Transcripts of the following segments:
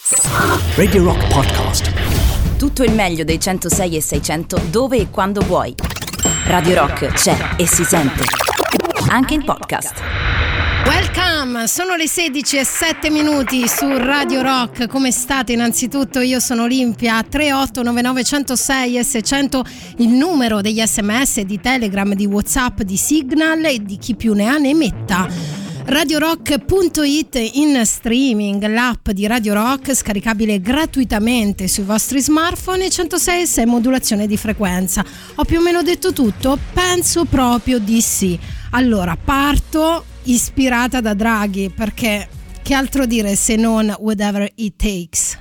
Radio Rock Podcast. Tutto il meglio dei 106 e 600 dove e quando vuoi. Radio Rock c'è e si sente anche in podcast. Welcome, sono le 16:07 su Radio Rock. Come state? Innanzitutto io sono Olimpia. 3899 106 e 600 il numero degli SMS, di Telegram, di WhatsApp, di Signal e di chi più ne ha ne metta. RadioRock.it in streaming, l'app di Radio Rock scaricabile gratuitamente sui vostri smartphone, e 106.6 modulazione di frequenza. Ho più o meno detto tutto? Penso proprio di sì. Allora parto ispirata da Draghi, perché che altro dire se non whatever it takes.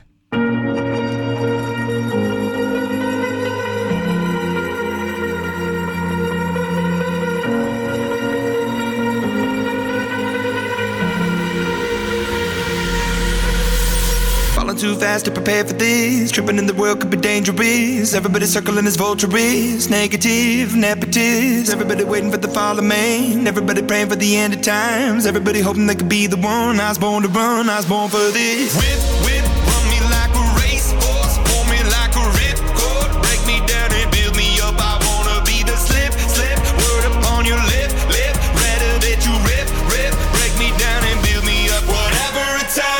Too fast to prepare for this. Tripping in the world could be dangerous. Everybody circling as vultures. Negative, nepotist. Everybody waiting for the fall of man. Everybody praying for the end of times. Everybody hoping they could be the one. I was born to run, I was born for this. Whip, whip, run me like a racehorse. Pull me like a ripcord. Break me down and build me up. I wanna be the slip, slip. Word upon your lip, lip. Rather that you rip, rip. Break me down and build me up. Whatever it takes.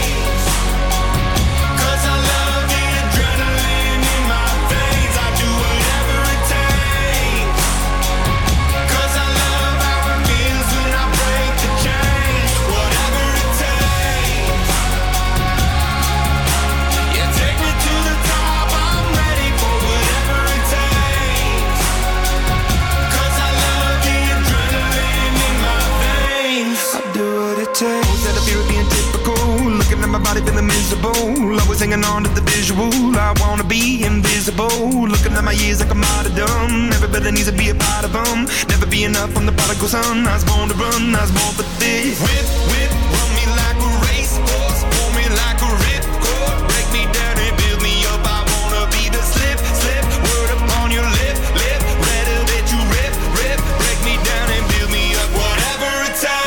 My body feeling miserable, always hanging on to the visual. I wanna be invisible, looking at my years like I'm martyrdom. Everybody needs to be a part of them. Never be enough, I'm the prodigal son. I was born to run, I was born for this. Whip, whip, run me like a racehorse. Pull me like a ripcord. Break me down and build me up. I wanna be the slip, slip. Word upon your lip, lip. Rather that you rip, rip. Break me down and build me up. Whatever it takes.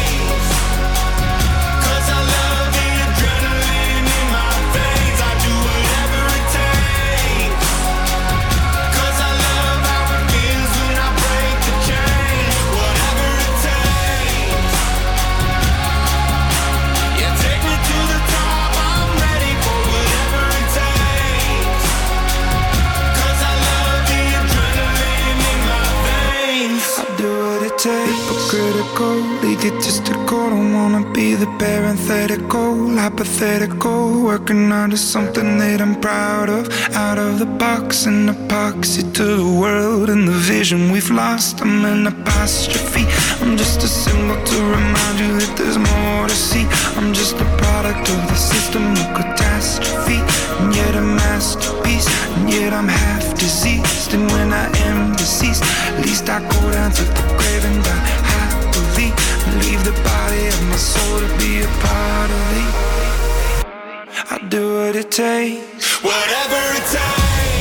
Hypocritical, egotistical, don't wanna be the parenthetical, hypothetical, working onto something that I'm proud of, out of the box, an epoxy to the world and the vision we've lost. I'm an apostrophe, I'm just a symbol to remind you that there's more to see. I'm just a product of the system of catastrophe, and yet a masterpiece, and yet I'm half diseased. And when I am deceased, at least I go down to the grave and die happily, leave the body of my soul to be a part of me. I'll do what it takes, whatever it takes.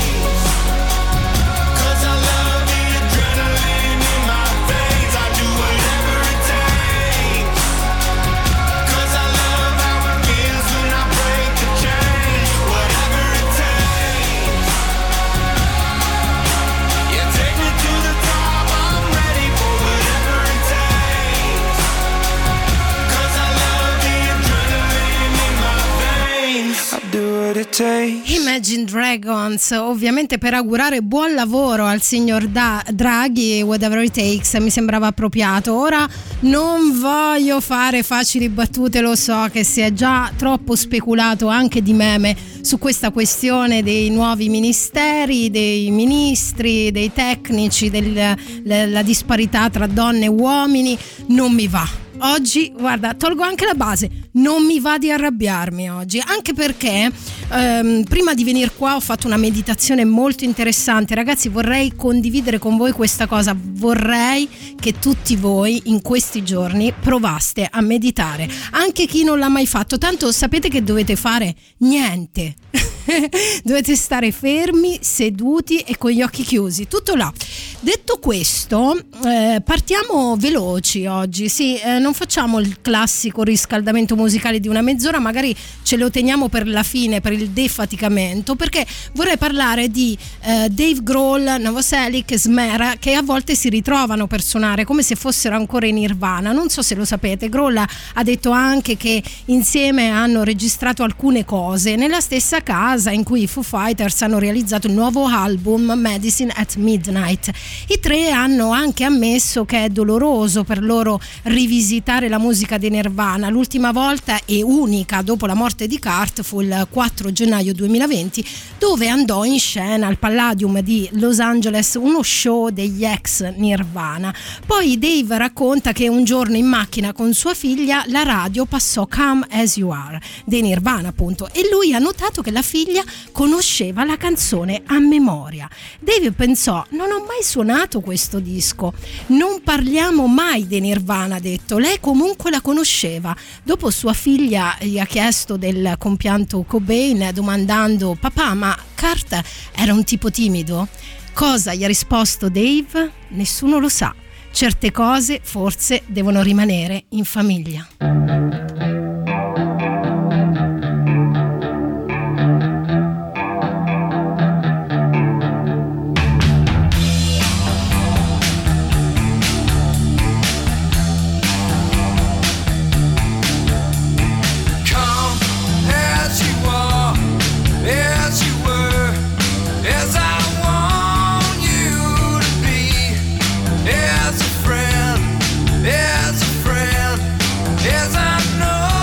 Imagine Dragons, ovviamente per augurare buon lavoro al signor Draghi, whatever it takes, mi sembrava appropriato. Ora non voglio fare facili battute, lo so che si è già troppo speculato anche di meme su questa questione dei nuovi ministeri, dei ministri, dei tecnici, la disparità tra donne e uomini. Non mi va. Oggi, guarda, tolgo anche la base, non mi va di arrabbiarmi oggi, anche perché prima di venire qua ho fatto una meditazione molto interessante. Ragazzi, vorrei condividere con voi questa cosa, vorrei che tutti voi in questi giorni provaste a meditare, anche chi non l'ha mai fatto. Tanto sapete che dovete fare? Niente. dovete stare fermi, seduti e con gli occhi chiusi, tutto là. Detto questo, partiamo veloci oggi, sì, non facciamo il classico riscaldamento musicale di una mezz'ora, magari ce lo teniamo per la fine, per il defaticamento, perché vorrei parlare di Dave Grohl, Novoselic e Smera, che a volte si ritrovano per suonare come se fossero ancora in Nirvana. Non so se lo sapete, Grohl ha detto anche che insieme hanno registrato alcune cose nella stessa casa in cui i Foo Fighters hanno realizzato il nuovo album Medicine at Midnight. I tre hanno anche ammesso che è doloroso per loro rivisitare la musica di Nirvana. L'ultima volta e unica dopo la morte di Kurt fu il 4 gennaio 2020, dove andò in scena al Palladium di Los Angeles uno show degli ex Nirvana. Poi Dave racconta che un giorno in macchina con sua figlia la radio passò Come As You Are dei Nirvana, appunto, e lui ha notato che la figlia conosceva la canzone a memoria. Dave pensò: non ho mai suonato questo disco, non parliamo mai dei Nirvana, ha detto. Lei comunque la conosceva. Dopo sua figlia gli ha chiesto del compianto Cobain, domandando: papà, ma Kurt era un tipo timido? Cosa gli ha risposto Dave? Nessuno lo sa. Certe cose forse devono rimanere in famiglia. As a friend, as I know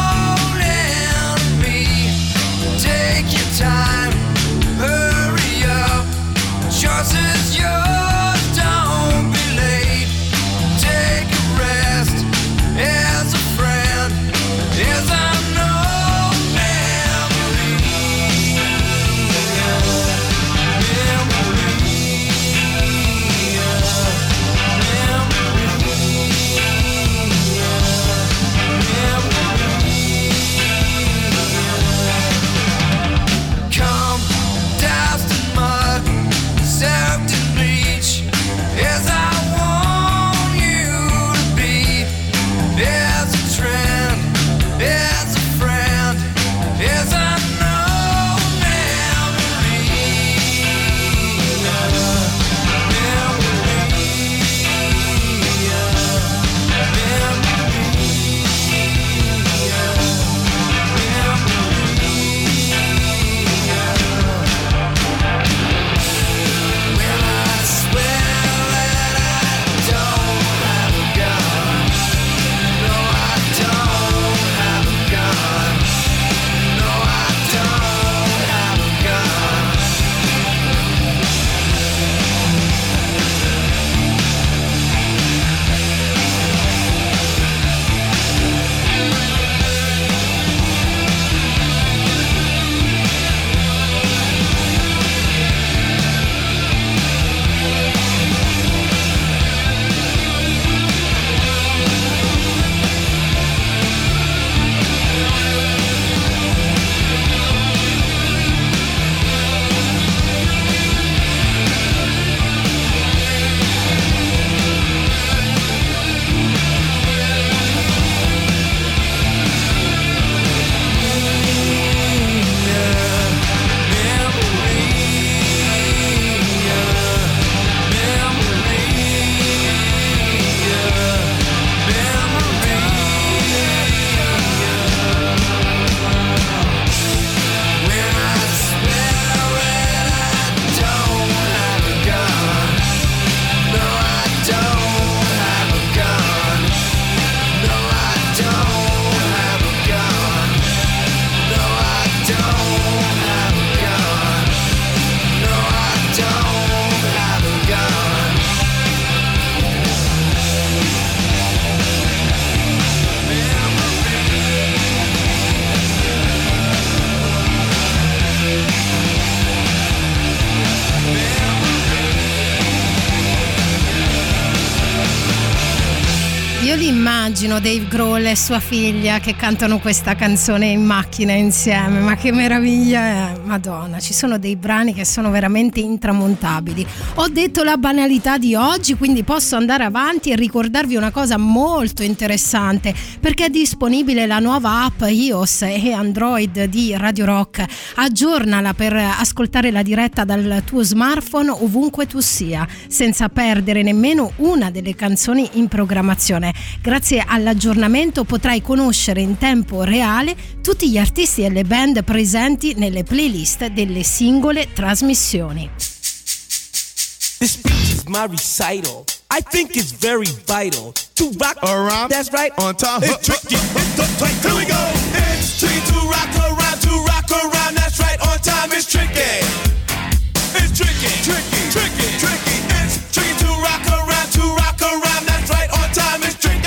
io li immagino Dave Grohl e sua figlia che cantano questa canzone in macchina insieme, ma che meraviglia è, Madonna, ci sono dei brani che sono veramente intramontabili. Ho detto la banalità di oggi, quindi posso andare avanti e ricordarvi una cosa molto interessante, perché è disponibile la nuova app iOS e Android di Radio Rock. Aggiornala per ascoltare la diretta dal tuo smartphone ovunque tu sia, senza perdere nemmeno una delle canzoni in programmazione. Grazie all'aggiornamento potrai conoscere in tempo reale tutti gli artisti e le band presenti nelle playlist delle singole trasmissioni. This speech is my recital. I think it's very vital to rock around. That's right. On time. It's tricky. Here we go. It's tricky to rock around. To rock around. That's right. On time. It's tricky. It's tricky. Tricky. Tricky. Tricky. It's tricky to rock around. To rock around. That's right. On time. It's tricky.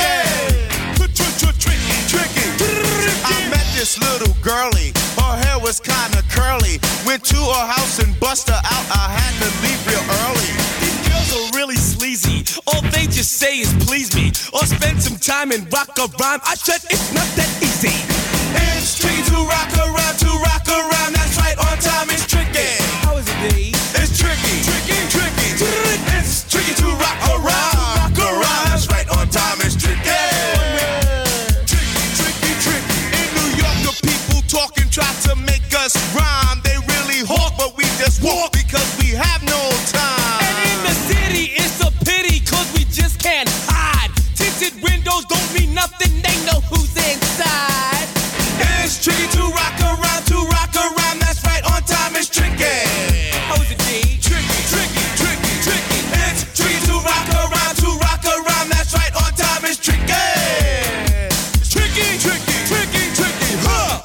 Tricky. I met this little girlie. Her hair was kinda curly. Went to her house and bust her out. I had to leave real early. Are really sleazy. All they just say is please me or spend some time and rock a rhyme. I said it's not that easy. It's tricky to rock around, to rock around. That's right, on time it's tricky. How is it, Dave? It's tricky, tricky, tricky. It's tricky to rock around, That's right, on time it's tricky. Tricky, tricky, tricky. In New York, the people talking try to make us rhyme. They really hawk, but we just walk because we have no time. It's a pity, cause we just can't hide. Tinted windows don't mean nothing, they know who's inside. It's tricky to rock around, that's right, on time it's tricky. How is it, D? Tricky, tricky, tricky, tricky. It's tricky to rock around, that's right, on time it's tricky. Tricky, tricky, tricky, tricky, huh?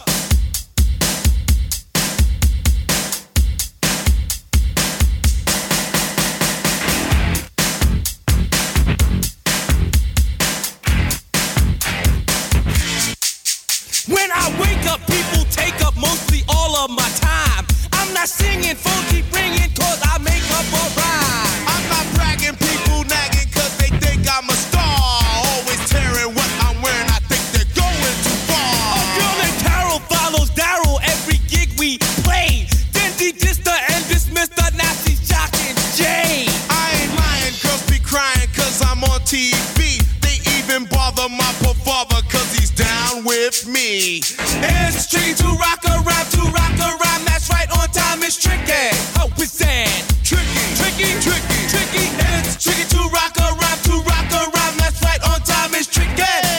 When I wake up, people take up mostly all of my time. I'm not singing, phone keep ringing, cause I make up a rhyme. I'm not bragging, people nagging, cause they think I'm a star. Always tearing what I'm wearing, I think they're going too far. A girl named Carol follows Daryl every gig we play. Then she dissed her and dismissed her, now she's shocking Jay. I ain't lying, girls be crying, cause I'm on TV. They even bother my poor father, cause he's down with me. It's tricky to rock around, that's right, on time it's tricky. How is that? Tricky, Tricky, tricky, tricky. It's tricky to rock around, that's right, on time it's tricky.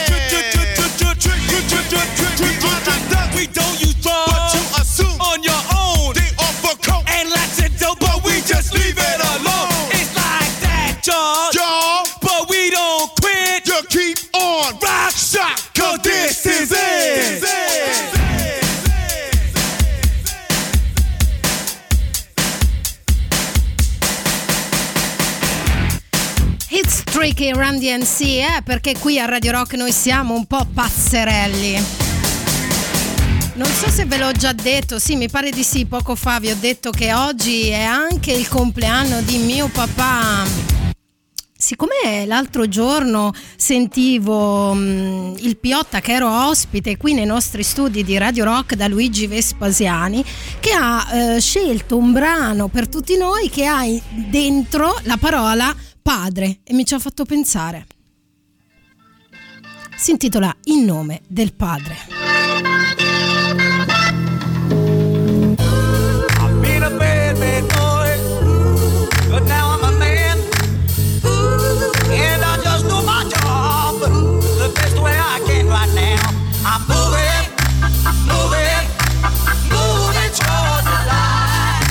We don't use drugs, but you assume on your own. they offer coke And lots of dope, but we just leave it alone. It's like that, y'all. But we don't quit. You keep on Rock shot, cause this is it. It's tricky, Run DMC, perché qui a Radio Rock noi siamo un po' pazzerelli. Non so se ve l'ho già detto, sì, mi pare di sì, poco fa vi ho detto che oggi è anche il compleanno di mio papà. Siccome l'altro giorno sentivo il Piotta, che ero ospite qui nei nostri studi di Radio Rock da Luigi Vespasiani, che ha scelto un brano per tutti noi che ha dentro la parola padre, e mi ci ha fatto pensare. Si intitola In nome del padre. I've been a bad, bad boy, but now I'm a man, and I just do my job the best way I can right now. I'm moving towards the light.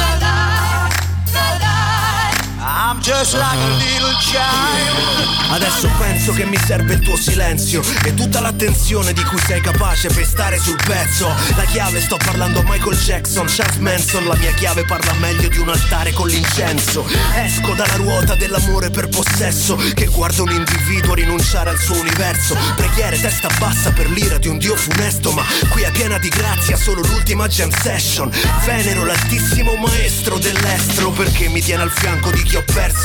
I'm just like a little child. Adesso penso che mi serve il tuo silenzio e tutta l'attenzione di cui sei capace per stare sul pezzo. La chiave, sto parlando Michael Jackson, Charles Manson. La mia chiave parla meglio di un altare con l'incenso. Esco dalla ruota dell'amore per possesso, che guarda un individuo rinunciare al suo universo. Preghiere testa bassa per l'ira di un dio funesto, ma qui è piena di grazia solo l'ultima jam session. Venero l'altissimo maestro dell'estro, perché mi tiene al fianco di chi ho perso.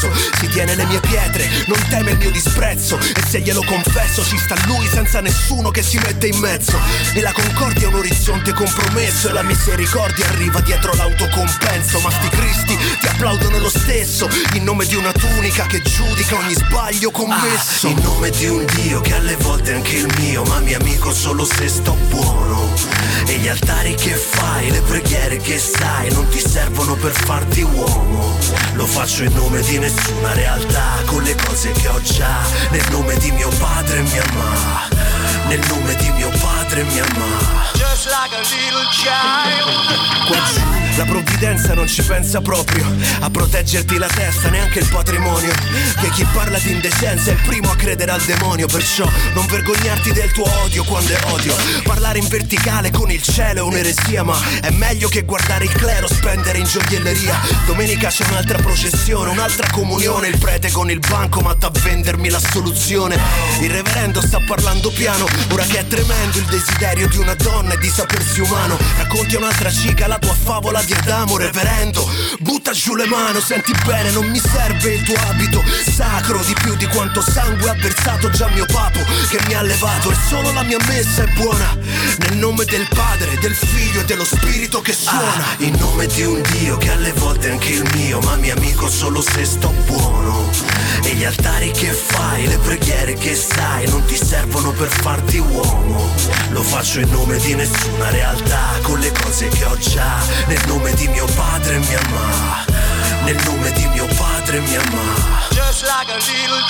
pezzo. Si tiene le mie pietre, non teme il mio disprezzo, e se glielo confesso ci sta lui senza nessuno che si mette in mezzo. E la concordia è un orizzonte compromesso, e la misericordia arriva dietro l'autocompenso. Ma sti cristi ti applaudono lo stesso, in nome di una tunica che giudica ogni sbaglio commesso. In nome di un Dio che alle volte è anche il mio, ma mio amico solo se sto buono. E gli altari che fai, le preghiere che sai, non ti servono per farti uomo. Lo faccio in nome di nessuna realtà, con le cose che ho già, nel nome di mio padre e mia mamma. Nel nome di mio padre e mia mamma. Just like a little child. Qua giù la provvidenza non ci pensa proprio a proteggerti la testa, neanche il patrimonio. Che chi parla di indecenza è il primo a credere al demonio. Perciò non vergognarti del tuo odio quando è odio. Parlare in verticale con il cielo è un'eresia, ma è meglio che guardare il clero spendere in gioielleria. Domenica c'è un'altra processione, un'altra comunione, il prete con il bancomat a vendermi la soluzione. Il reverendo sta parlando piano, ora che è tremendo il desiderio di una donna e di sapersi umano. Racconti a un'altra cica la tua favola di Adamo, reverendo, butta giù le mani, senti bene, non mi serve il tuo abito sacro di più di quanto sangue ha versato già mio papo che mi ha allevato, e solo la mia messa è buona, nel nome del Padre, del Figlio e dello Spirito che suona. In nome di un Dio che alle volte è anche il mio, ma mio amico solo se sto buono. E gli altari che fai, le preghiere che sai, non ti servono per farti uomo. Lo faccio in nome di nessuna realtà, con le cose che ho già, nel nome di mio padre e mia mamma. Nel nome di mio padre e mia mamma. Just like a little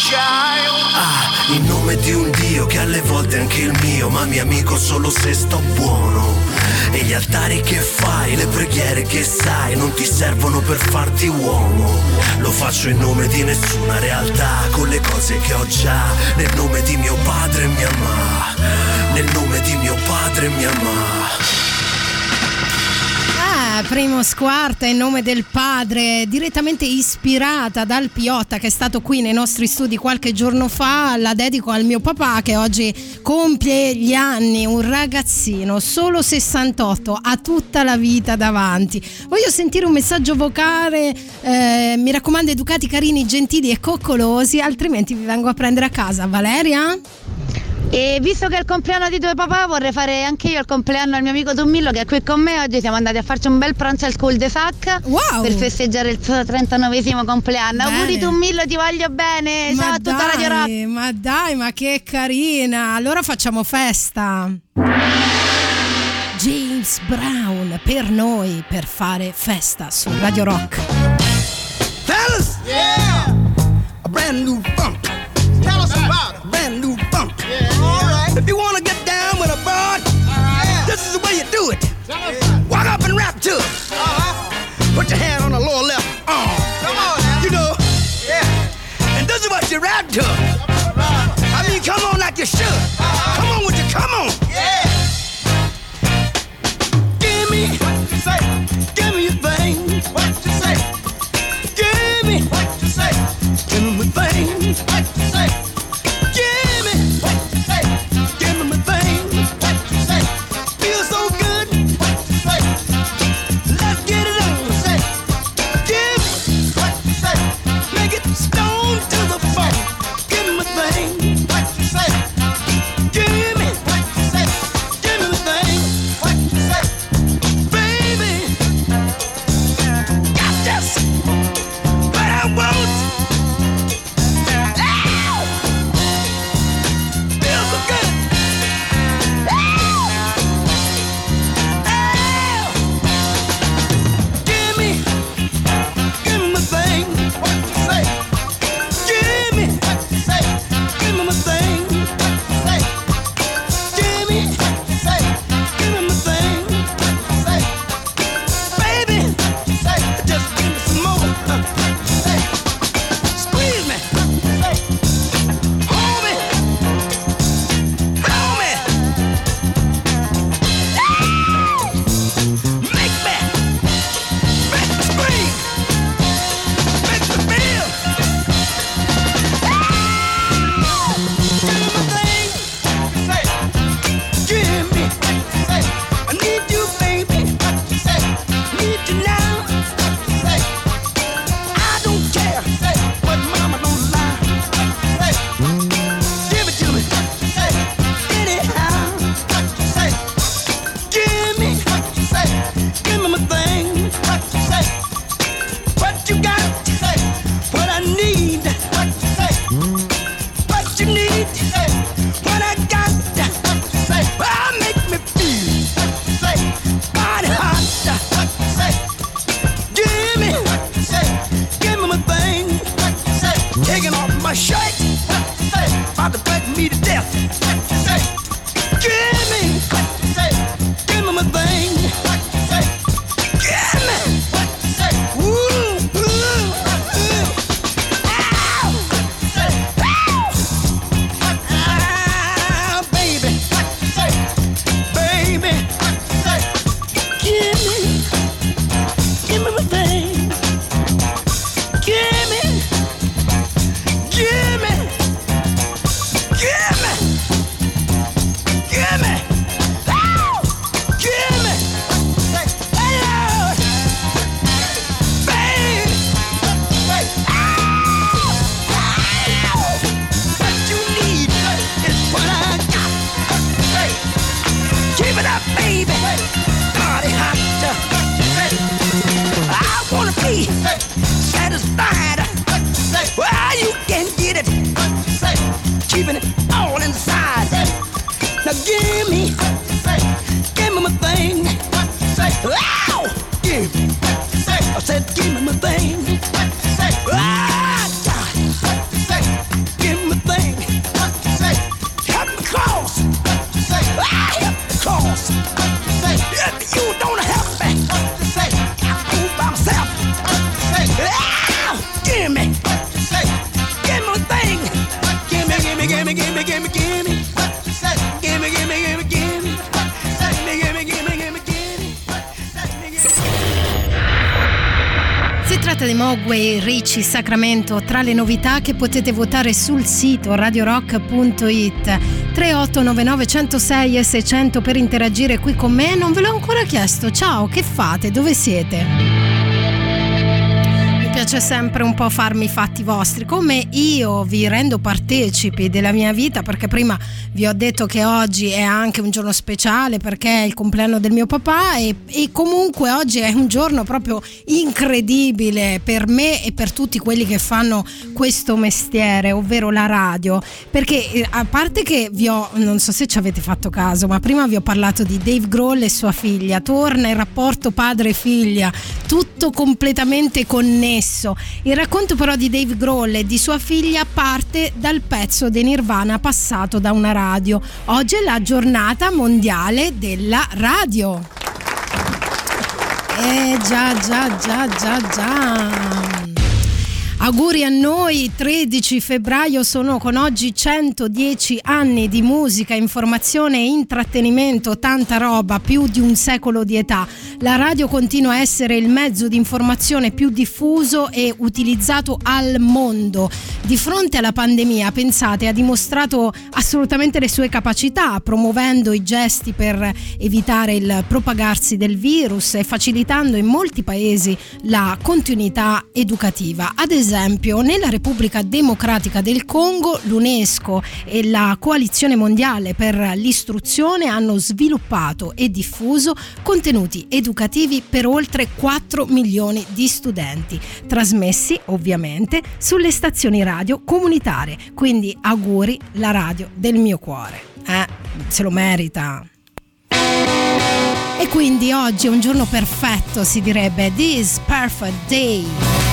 child. In nome di un Dio che alle volte è anche il mio, ma mio amico solo se sto buono. E gli altari che fai, le preghiere che sai, non ti servono per farti uomo. Lo faccio in nome di nessuna realtà, con le cose che ho già, nel nome di mio padre e mia mamma. Nel nome di mio padre e mia mamma. Primo Squarta in nome del padre, direttamente ispirata dal Piotta che è stato qui nei nostri studi qualche giorno fa. La dedico al mio papà che oggi compie gli anni, un ragazzino, solo 68, ha tutta la vita davanti. Voglio sentire un messaggio vocale, mi raccomando, educati, carini, gentili e coccolosi, altrimenti vi vengo a prendere a casa. Valeria? E visto che è il compleanno di tuo papà, vorrei fare anche io il compleanno al mio amico Tummillo che è qui con me. Oggi siamo andati a farci un bel pranzo al Cul de Sac. Wow. Per festeggiare il suo 39esimo compleanno. Bene. Auguri Tummillo, ti voglio bene. Ciao a tutta Radio Rock. Ma dai, ma che carina. Allora facciamo festa. James Brown per noi, per fare festa su Radio Rock. Fellas, Yeah. a brand new funk. Tell us about it. Brand new funk. Yeah. All right. If you wanna get down with a broad, Yeah. this is the way you do it. Tell us about it. Walk up and rap to it. Put your hand on the lower left arm. Come on now. You know, Yeah. and this is what you rap to. I mean, come on like you should. Come on with you, come on. Yeah. Give me, What you say? give me your thing. What you say? Give me, What you say? give me my thing. What you say? Give me, What you say? give me my thing. What you say? Feel so good. What you say? Let's get it on. Say. Give me, What you say? make it stone to the bone. Give me my thing. What you say? Give me, What you say? give me my thing. What you say? Baby, tratta di Mogwai, Ricci, Sacramento, tra le novità che potete votare sul sito radiorock.it. 3899 106 e 600 per interagire qui con me. Non ve l'ho ancora chiesto. Ciao, che fate? Dove siete? Mi piace sempre un po' farmi i fatti vostri, come io vi rendo partecipi della mia vita, perché prima vi ho detto che oggi è anche un giorno speciale perché è il compleanno del mio papà e comunque oggi è un giorno proprio incredibile per me e per tutti quelli che fanno questo mestiere, ovvero la radio, perché a parte che non so se ci avete fatto caso, ma prima vi ho parlato di Dave Grohl e sua figlia, torna il rapporto padre-figlia, tutto completamente connesso. Il racconto però di Dave Grohl e di sua figlia parte dal pezzo dei Nirvana passato da una radio. Oggi è la giornata mondiale della radio. Già. Auguri a noi, 13 febbraio sono con oggi 110 anni di musica, informazione e intrattenimento, tanta roba, più di un secolo di età. La radio continua a essere il mezzo di informazione più diffuso e utilizzato al mondo. Di fronte alla pandemia, pensate, ha dimostrato assolutamente le sue capacità, promuovendo i gesti per evitare il propagarsi del virus e facilitando in molti paesi la continuità educativa. Ad esempio, nella Repubblica Democratica del Congo, l'UNESCO e la Coalizione Mondiale per l'Istruzione hanno sviluppato e diffuso contenuti educativi per oltre 4 milioni di studenti, trasmessi ovviamente sulle stazioni radio comunitarie. Quindi auguri, la radio del mio cuore. Se lo merita. E quindi oggi è un giorno perfetto, si direbbe, this perfect day.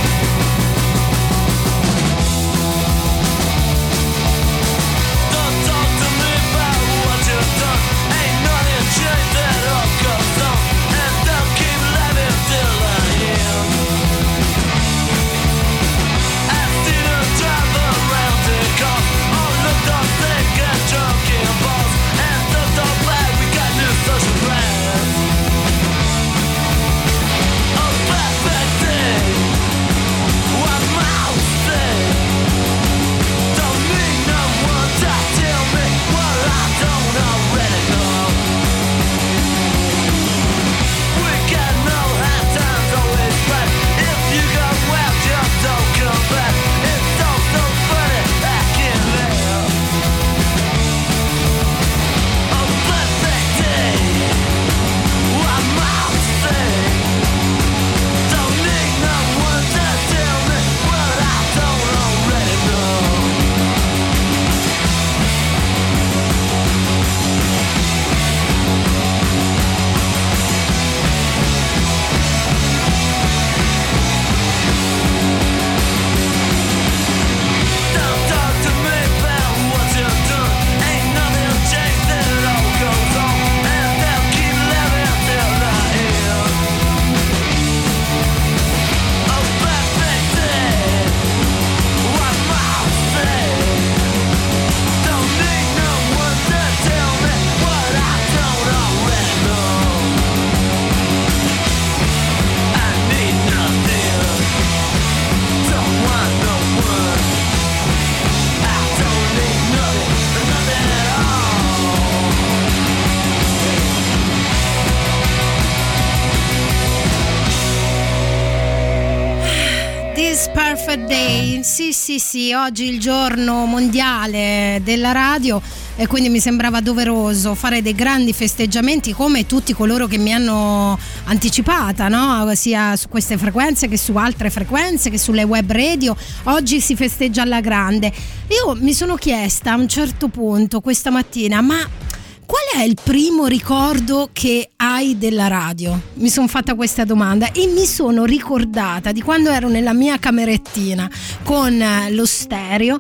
Perfect Day, sì, oggi il giorno mondiale della radio e quindi mi sembrava doveroso fare dei grandi festeggiamenti come tutti coloro che mi hanno anticipata, no? Sia su queste frequenze che su altre frequenze che sulle web radio. Oggi si festeggia alla grande. Io mi sono chiesta a un certo punto questa mattina, ma qual è il primo ricordo che hai della radio? Mi sono fatta questa domanda e mi sono ricordata di quando ero nella mia camerettina con lo stereo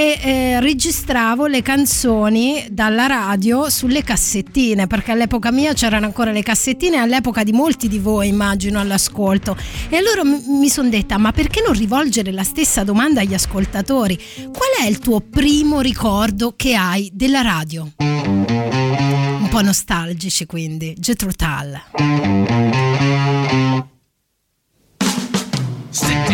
e registravo le canzoni dalla radio sulle cassettine, perché all'epoca mia c'erano ancora le cassettine, all'epoca di molti di voi immagino all'ascolto. E allora mi sono detta, ma perché non rivolgere la stessa domanda agli ascoltatori? Qual è il tuo primo ricordo che hai della radio? Un po' nostalgici, quindi Jethro Tull. Stick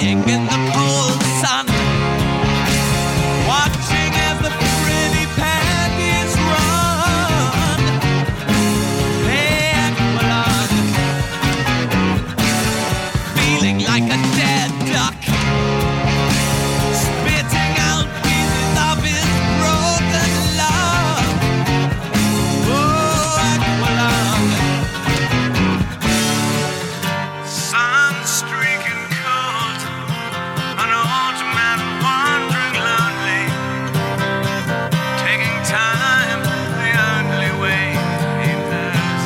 lying in the cold sun, watching as the pretty panties run. Aqualung, feeling like a dead duck, spitting out pieces of his broken love. Oh, Aqualung, sun streaking cold, an old man wandering lonely, taking time the only way he knows.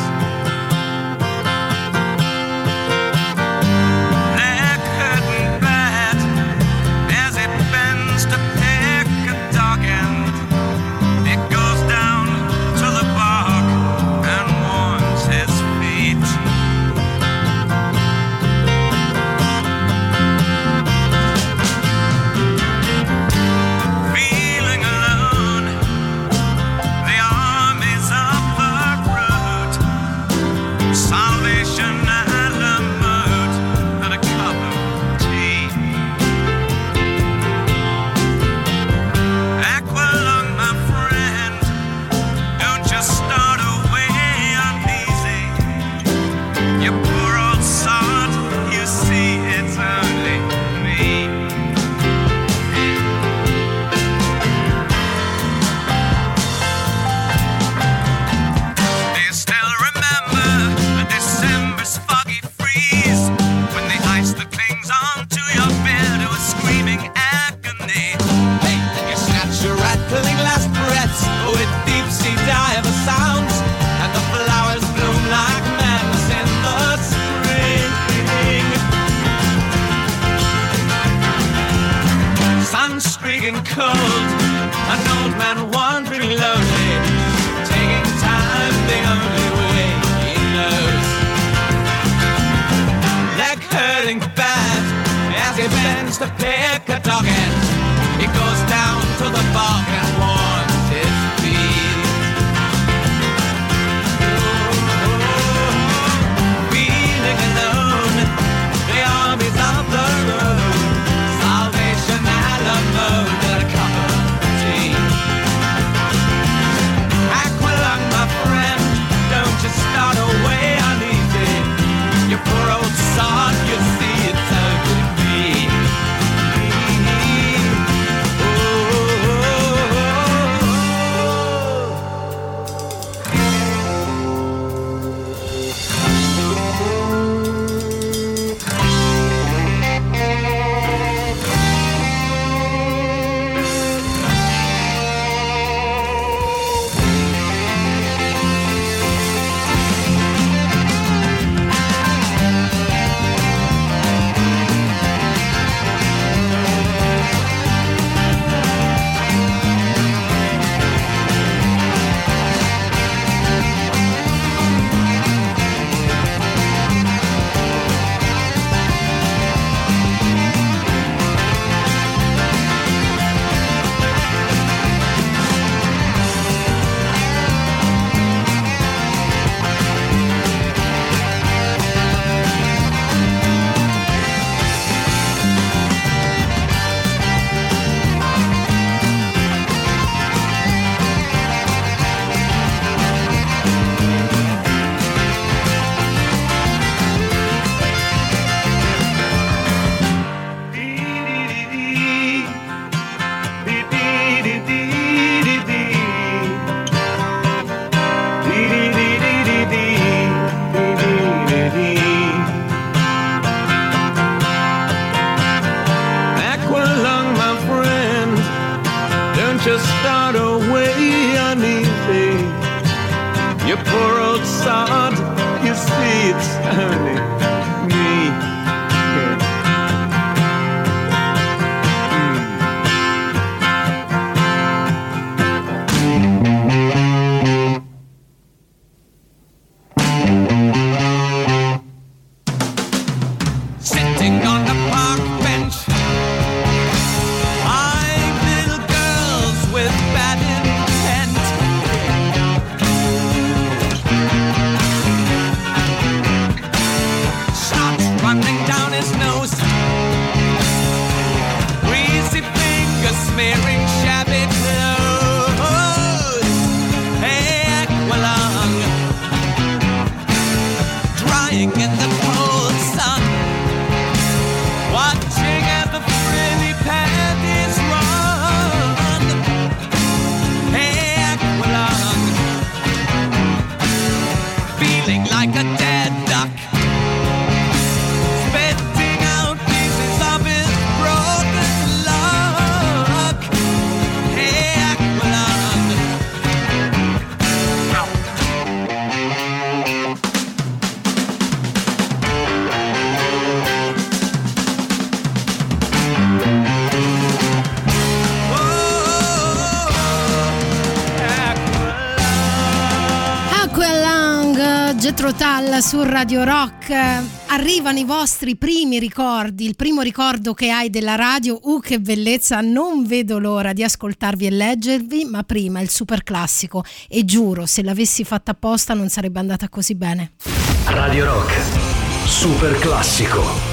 Their curtain bad as it bends to pick a dog end. It goes down to the bog and warms his feet. Feeling alone, the armies of the road, salvation at a mood and a cup of tea. Aqualung, my friend, don't just start away uneasy. You poor old sod, you see it's only me. Do you still remember a December's foggy freeze, when the ice that clings onto your beard was screaming agony? Hey, and you snatch your rattling last breaths with deep sea diver sounds, and the flowers bloom like madness in the spring. Sun streaking cold, an old man wandering lonely, taking time the only way he knows. Leg hurting bad as he bends to pick a dog end. He goes down to the bog and warms his feet. Feeling alone, the armies of the road, salvation at a mode and a cup of tea. Aqualung, my friend, don't just start away uneasy. You poor old sod, you see it's only me. just start away uneasy. You poor old sod, you see it's only me. Sitting on the park bench, five little girls with bad intent. Jethro Tull su Radio Rock. Arrivano i vostri primi ricordi, il primo ricordo che hai della radio. Che bellezza, non vedo l'ora di ascoltarvi e leggervi, ma prima il super classico, e giuro, se l'avessi fatta apposta non sarebbe andata così bene. Radio Rock, super classico.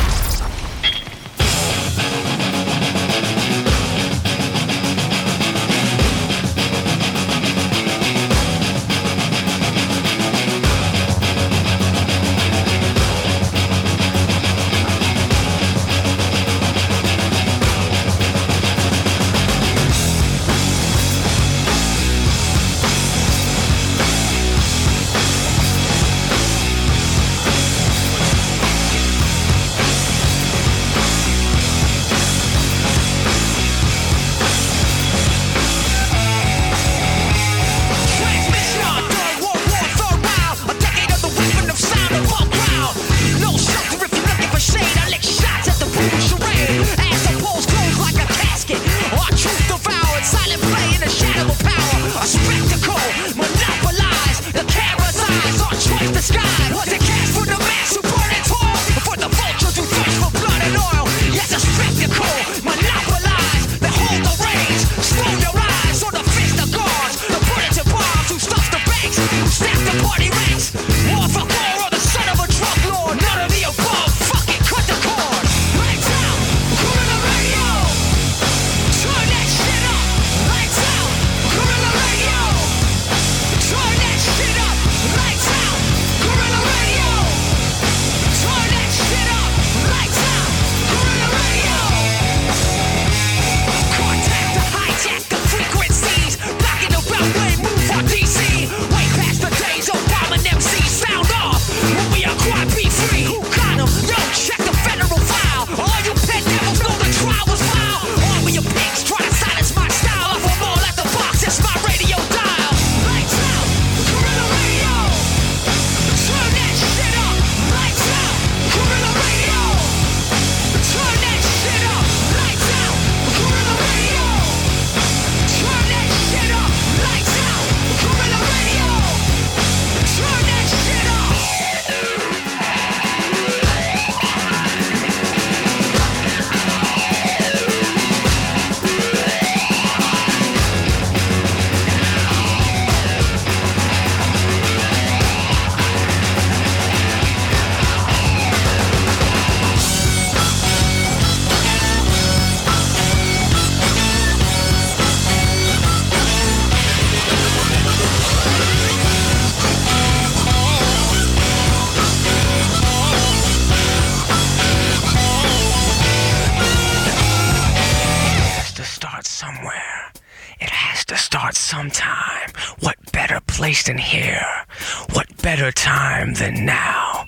Sometime. What better place than here? What better time than now?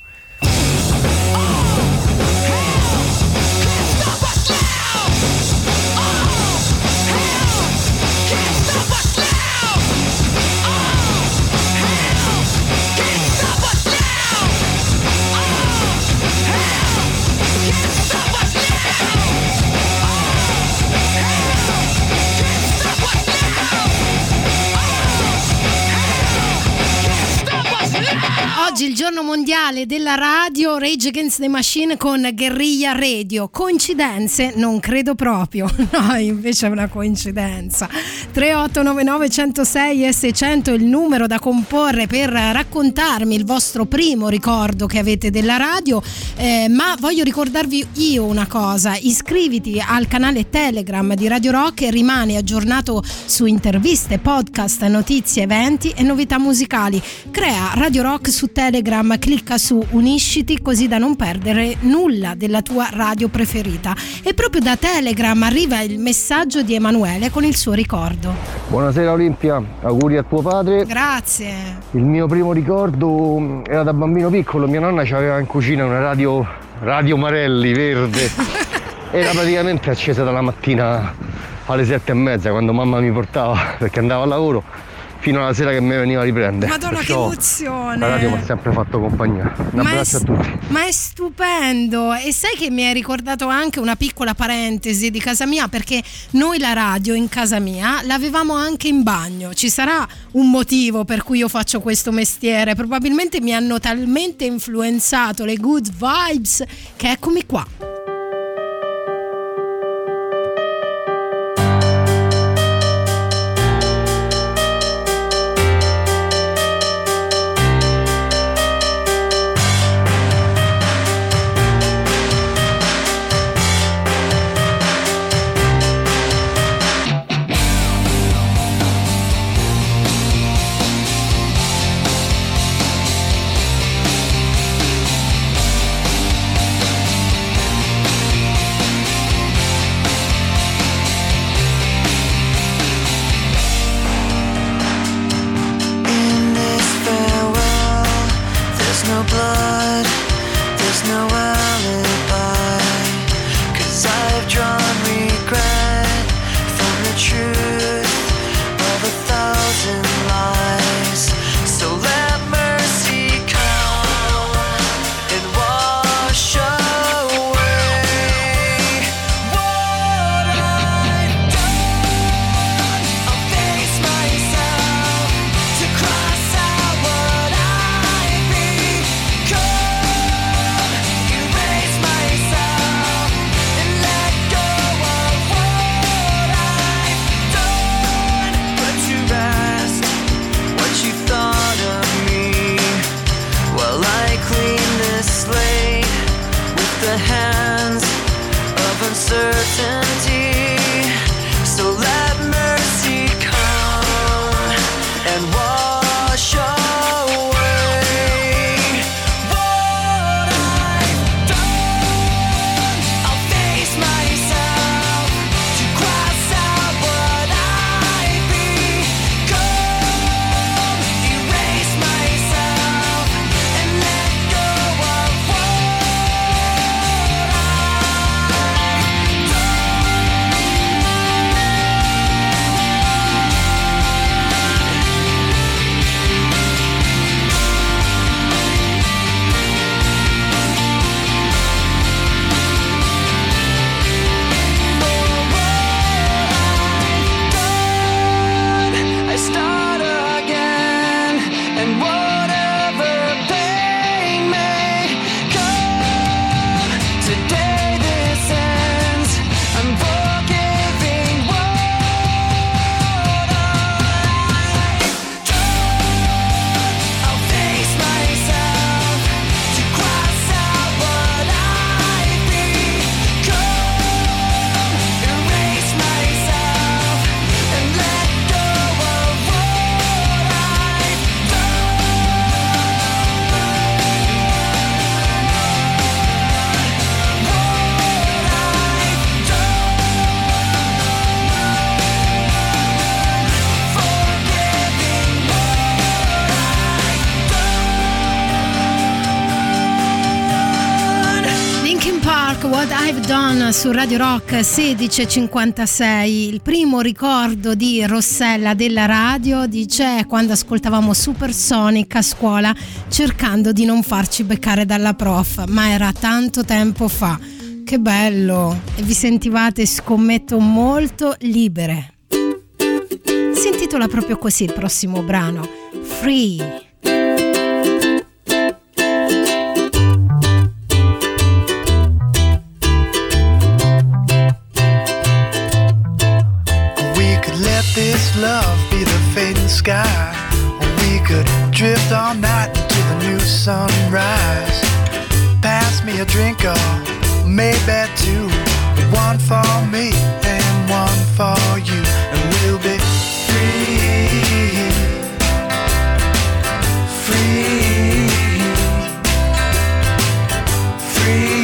Oggi il giorno mondiale della radio, Rage Against the Machine con Guerrilla Radio. Coincidenze? Non credo proprio. No, invece è una coincidenza. 3899 106 e 600 il numero da comporre per raccontarmi il vostro primo ricordo che avete della radio, ma voglio ricordarvi io una cosa: iscriviti al canale Telegram di Radio Rock e rimani aggiornato su interviste, podcast, notizie, eventi e novità musicali. Crea Radio Rock su Telegram, clicca su unisciti così da non perdere nulla della tua radio preferita. E proprio da Telegram arriva il messaggio di Emanuele con il suo ricordo. Buonasera Olimpia, auguri a tuo padre. Grazie. Il mio primo ricordo era da bambino piccolo, mia nonna aveva in cucina una radio Marelli verde. Era praticamente accesa dalla mattina alle 7:30 quando mamma mi portava, perché andava al lavoro, fino alla sera che mi veniva a riprendere. Madonna, perciò che emozione! La radio mi ha sempre fatto compagnia. Un abbraccio a tutti. Ma è stupendo. E sai che mi hai ricordato anche una piccola parentesi di casa mia, perché noi la radio in casa mia l'avevamo anche in bagno. Ci sarà un motivo per cui io faccio questo mestiere. Probabilmente mi hanno talmente influenzato le good vibes che eccomi qua. What I've Done su Radio Rock 16:56. Il primo ricordo di Rossella della radio dice quando ascoltavamo Supersonic a scuola cercando di non farci beccare dalla prof, ma era tanto tempo fa. Che bello! E vi sentivate, scommetto, molto libere. Si intitola proprio così il prossimo brano, Free. This love be the fading sky, or we could drift all night into the new sunrise. Pass me a drink or maybe two, one for me and one for you, and we'll be free, free, free.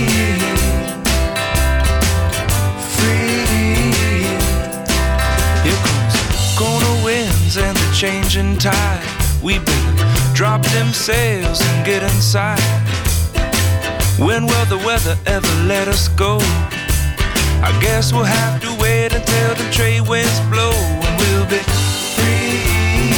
And the changing tide, we better drop them sails and get inside. When will the weather ever let us go? I guess we'll have to wait until the trade winds blow, and we'll be free,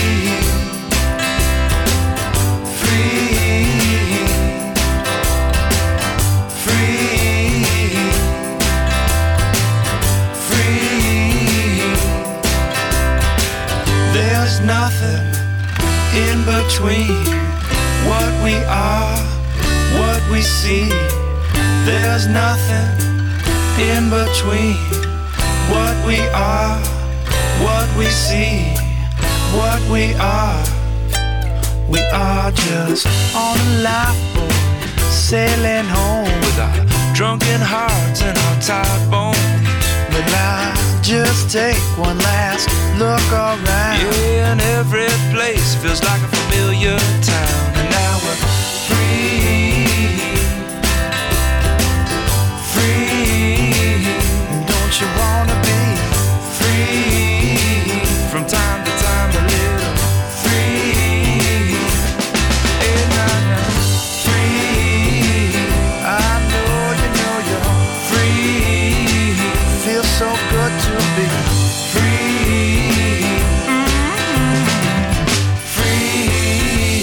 between what we are, what we see. There's nothing in between what we are, what we see, what we are. We are just on a lifeboat, sailing home with our drunken hearts and our tired bones. But now just take one last look around. Yeah, and every place feels like a familiar town. And now we're free, free. Don't you wanna be free? From time to time a little free. And I'm free. I know you're free. Feels so good to be free. Free.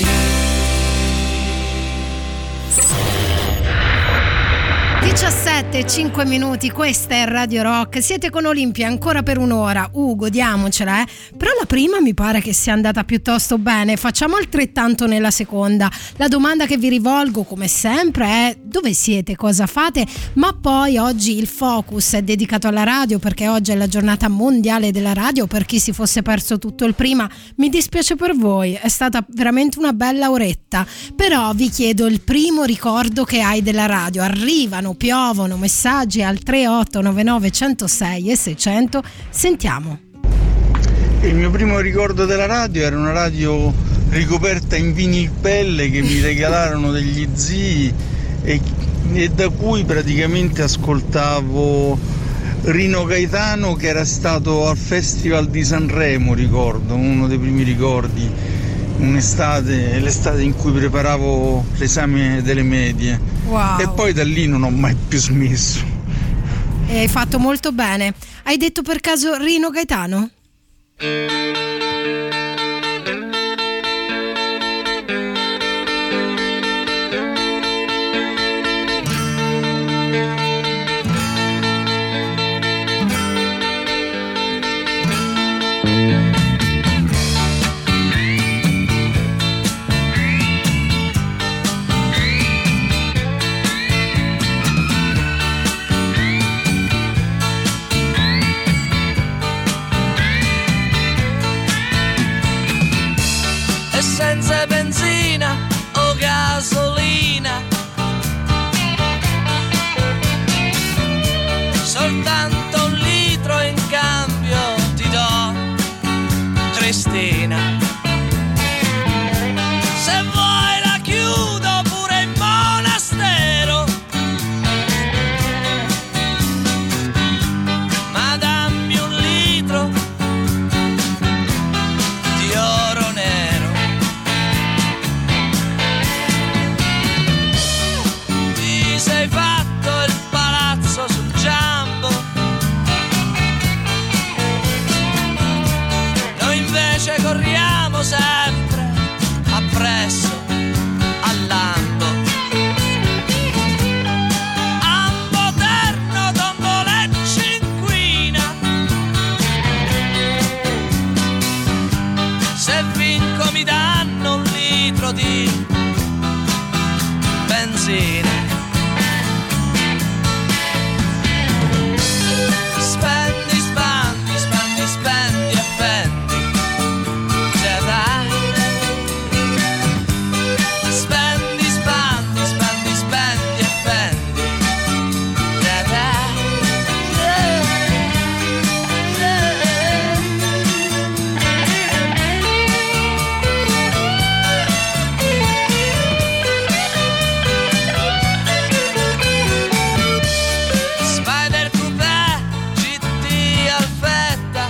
17:05 minuti, questa è Radio Rock, siete con Olimpia ancora per un'ora, godiamocela, però la prima mi pare che sia andata piuttosto bene, facciamo altrettanto nella seconda. La domanda che vi rivolgo come sempre è: dove siete, cosa fate? Ma poi oggi il focus è dedicato alla radio, perché oggi è la giornata mondiale della radio. Per chi si fosse perso tutto il prima, mi dispiace per voi, è stata veramente una bella oretta, però vi chiedo il primo ricordo che hai della radio. Arrivano, piovono messaggi al 3899 106 e 600. Sentiamo. Il mio primo ricordo della radio era una radio ricoperta in vinilpelle che mi regalarono degli zii e da cui praticamente ascoltavo Rino Gaetano, che era stato al Festival di Sanremo, ricordo, uno dei primi ricordi, l'estate in cui preparavo l'esame delle medie. Wow. E poi da lì non ho mai più smesso. E hai fatto molto bene. Hai detto per caso Rino Gaetano? Senza benzina o gasolina, soltanto un litro in cambio ti do, Cristina. Se vuoi la chiudo pure in monastero, ma dammi un litro di oro nero. Sei fatto il palazzo sul Giambo, noi invece corriamo sempre appresso al lampo. Ambo terno, tombolecci inquina, se vinco mi danno un litro di benzina. Spendi, spandi, spandi, spendi e fendi, se dai. Spendi, spandi, spandi, spendi e fendi, se dai. Spider Coupé, GT Alfetta,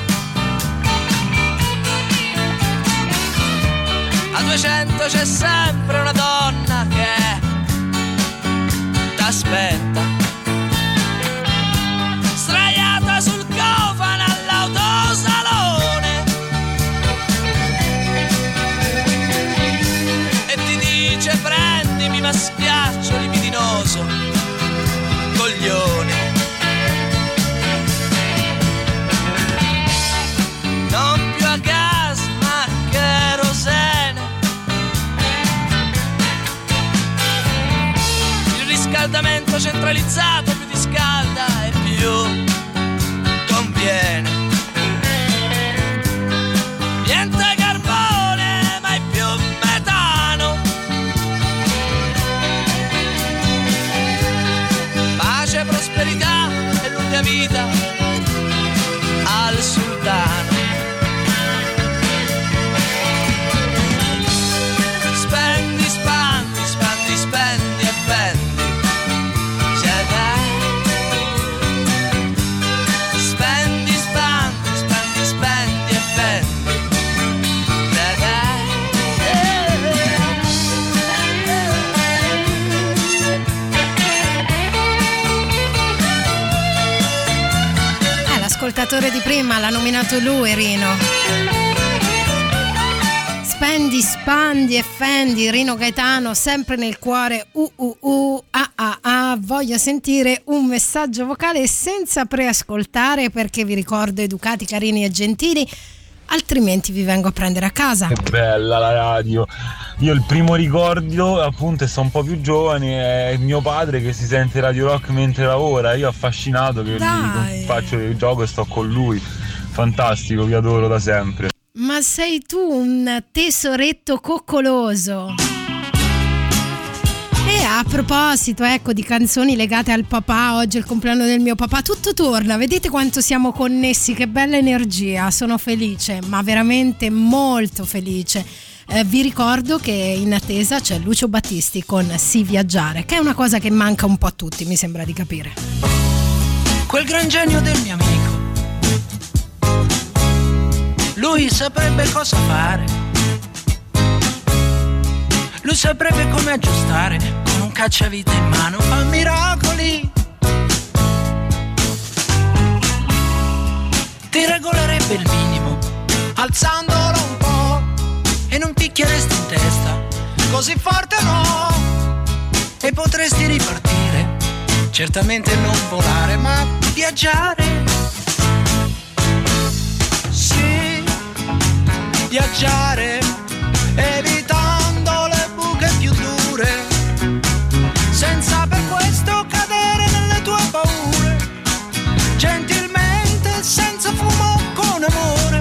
a 200 c'è sempre una donna che t'aspetta, sdraiata sul cofano all'autosalone, e ti dice prendimi ma schiaccio libidinoso, coglione. Non più a gas ma kerosene, industrializzato più ti scalda e più conviene. Niente carbone, mai più metano. Pace, prosperità e lunga vita al sultano. Spendi, spandi, spandi, spendi e vendi. Spendi, spandi, spandi, spendi e vendi. L'ascoltatore di prima l'ha nominato lui, Rino. Spendi, spandi e fendi, Rino Gaetano, sempre nel cuore. Voglio sentire un messaggio vocale senza preascoltare, perché vi ricordo, educati, carini e gentili, altrimenti vi vengo a prendere a casa. Che bella la radio. Io il primo ricordo, appunto, e sono un po' più giovane, è mio padre che si sente Radio Rock mentre lavora. Io affascinato che gli faccio il gioco e sto con lui. Fantastico, vi adoro da sempre. Ma sei tu un tesoretto coccoloso. E a proposito, ecco, di canzoni legate al papà, oggi è il compleanno del mio papà, tutto torna, vedete quanto siamo connessi, che bella energia, sono felice, ma veramente molto felice. Vi ricordo che in attesa c'è Lucio Battisti con Sì viaggiare, che è una cosa che manca un po' a tutti, mi sembra di capire. Quel gran genio del mio amico, lui saprebbe cosa fare, lui saprebbe come aggiustare, con un cacciavite in mano fa miracoli, ti regolerebbe il minimo alzandolo un po' e non picchieresti in testa così forte, no, e potresti ripartire, certamente non volare ma viaggiare. Sì, viaggiare, evitando le buche più dure, senza per questo cadere nelle tue paure, gentilmente, senza fumo, con amore,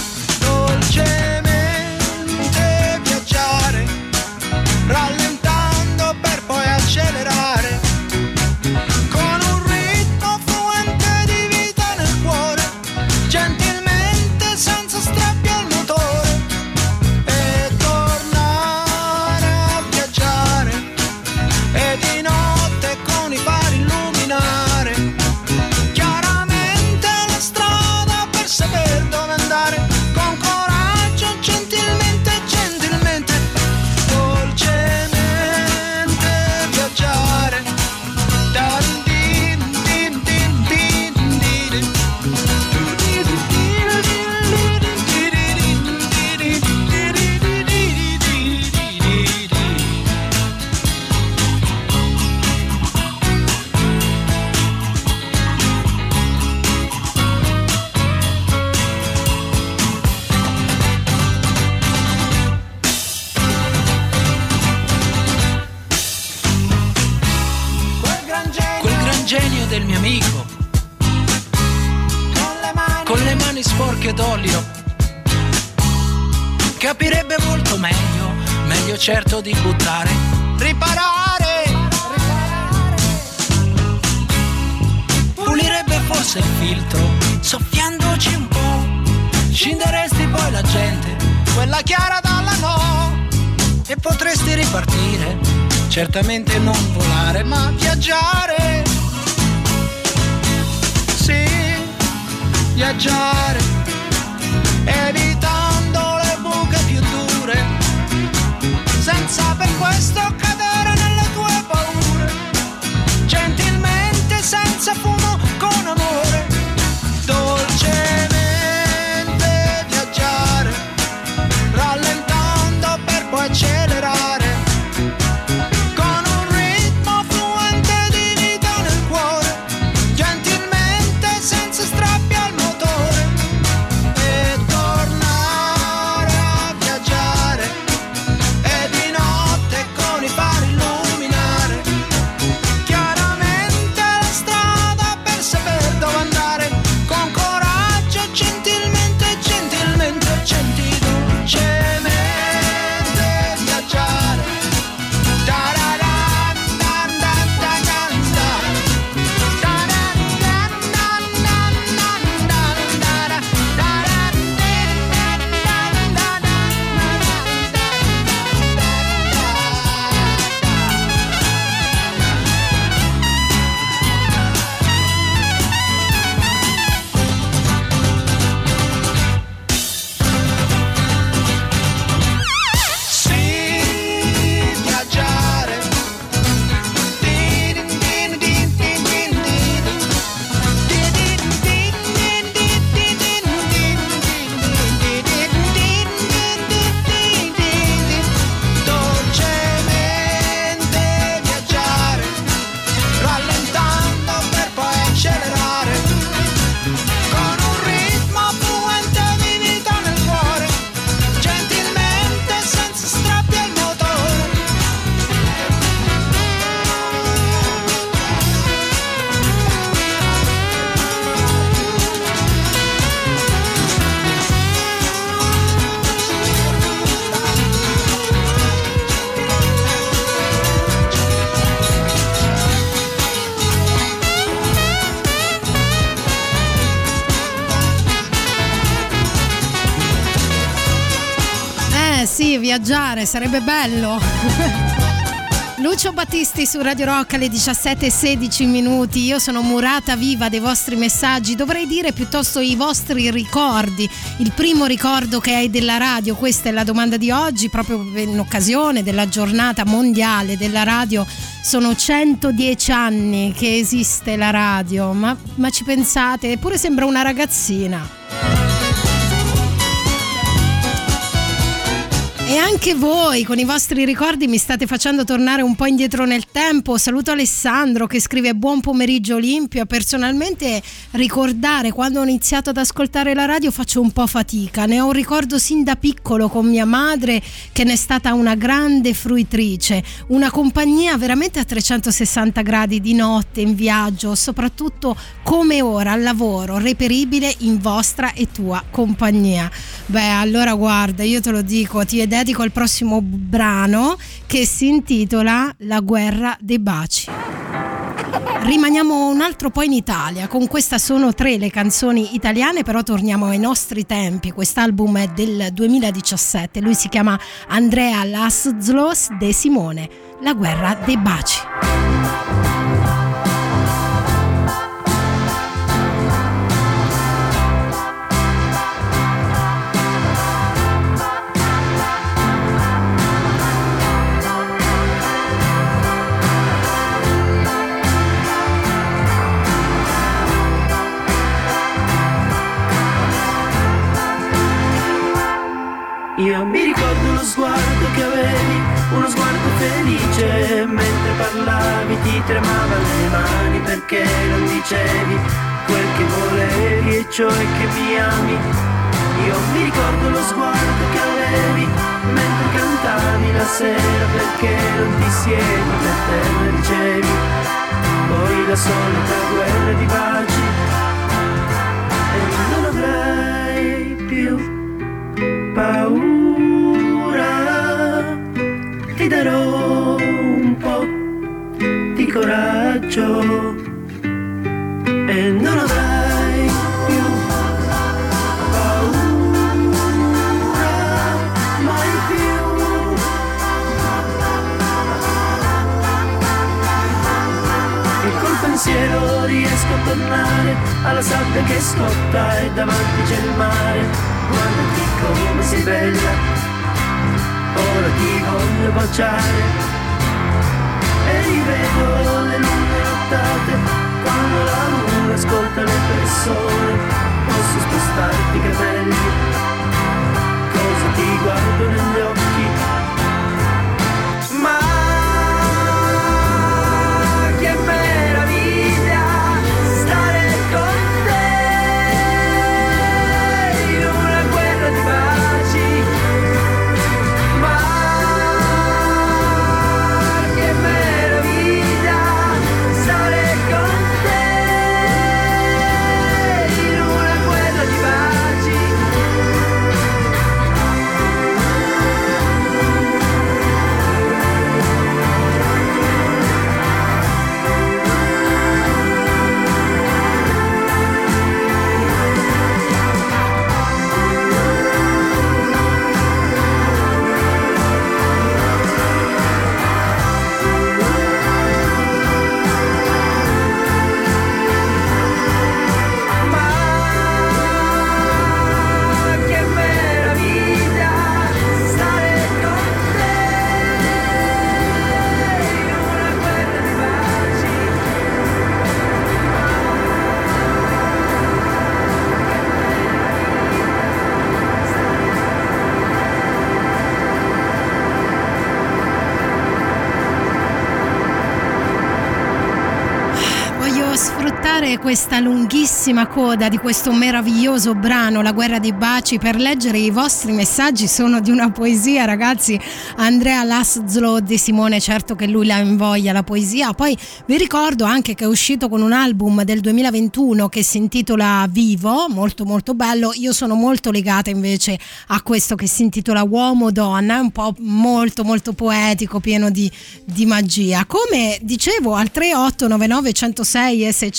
dolcemente viaggiare, rallentando per poi accelerare, con un ritmo fluente di vita nel cuore, gentilmente, senza strappi al motore, e tornare a viaggiare, e di notte con i fari illuminare, chiaramente la strada per saper dove andare, con coraggio, gentilmente, gentilmente, dolcemente viaggiare. Quel gran genio del mio amico, con le mani sporche d'olio, capirebbe molto meglio certo di buttare, riparare, pulirebbe forse il filtro, soffiandoci un po', scinderesti poi la gente, quella chiara dalla no, e potresti ripartire, certamente non volare ma viaggiare. Sì, viaggiare, evitando le buche più dure, senza per questo cadere nelle tue paure, gentilmente, senza fumo, con amore, dolcemente viaggiare, rallentando per poi accelerare, con un ritmo fluente di vita nel cuore, gentilmente, senza strappi al motore, e tornare a viaggiare, e di notte con i fari sì, viaggiare sarebbe bello. Lucio Battisti su Radio Rock alle 17:16. Io sono murata viva dei vostri messaggi, dovrei dire piuttosto i vostri ricordi. Il primo ricordo che hai della radio, questa è la domanda di oggi, proprio in occasione della giornata mondiale della radio. Sono 110 anni che esiste la radio, ma ci pensate? Eppure sembra una ragazzina. E anche voi con i vostri ricordi mi state facendo tornare un po' indietro nel tempo. Saluto Alessandro che scrive: buon pomeriggio Olimpia. Personalmente ricordare quando ho iniziato ad ascoltare la radio faccio un po' fatica. Ne ho un ricordo sin da piccolo con mia madre, che ne è stata una grande fruitrice, una compagnia veramente a 360 gradi di notte, in viaggio, soprattutto come ora al lavoro, reperibile in vostra e tua compagnia. Beh, allora guarda, io te lo dico, ti dedico al prossimo brano che si intitola La guerra dei baci. Rimaniamo un altro po' in Italia, con questa sono 3 le canzoni italiane, però torniamo ai nostri tempi. Quest'album è del 2017, lui si chiama Andrea Laszlos De Simone, La guerra dei baci. Io mi ricordo lo sguardo che avevi, uno sguardo felice, mentre parlavi ti tremavano le mani perché non dicevi quel che volevi, e cioè che mi ami. Io mi ricordo lo sguardo che avevi, mentre cantavi la sera perché non ti siedi per terra, dicevi poi la solita guerra di baci, e non avrai più paura, ti darò un po' di coraggio e non avrai più paura, mai più. E col pensiero riesco a tornare alla sabbia che scotta e davanti c'è il mare. Guardati come sei bella, ora ti voglio baciare. E rivedo le lunghe nottate, quando la luna ascolta le persone. Posso spostarti i capelli, cosa ti guardo negli occhi. Ma che meraviglia stare con te in una guerra di baci. Ma che meraviglia stare con te in una guerra di baci. Che meraviglia stare con te in una guerra di baci. Voglio sfruttare questa lunghissima coda di questo meraviglioso brano La guerra dei baci per leggere i vostri messaggi. Sono di una poesia, ragazzi. Andrea Laszlo De Simone, certo che lui la invoglia la poesia. Poi vi ricordo anche che è uscito con un album del 2021 che si intitola Vivo, molto molto bello. Io sono molto legata invece a questo che si intitola Uomo Donna, è un po' molto molto poetico, pieno di magia. Come dicevo, al 3899 106 e 600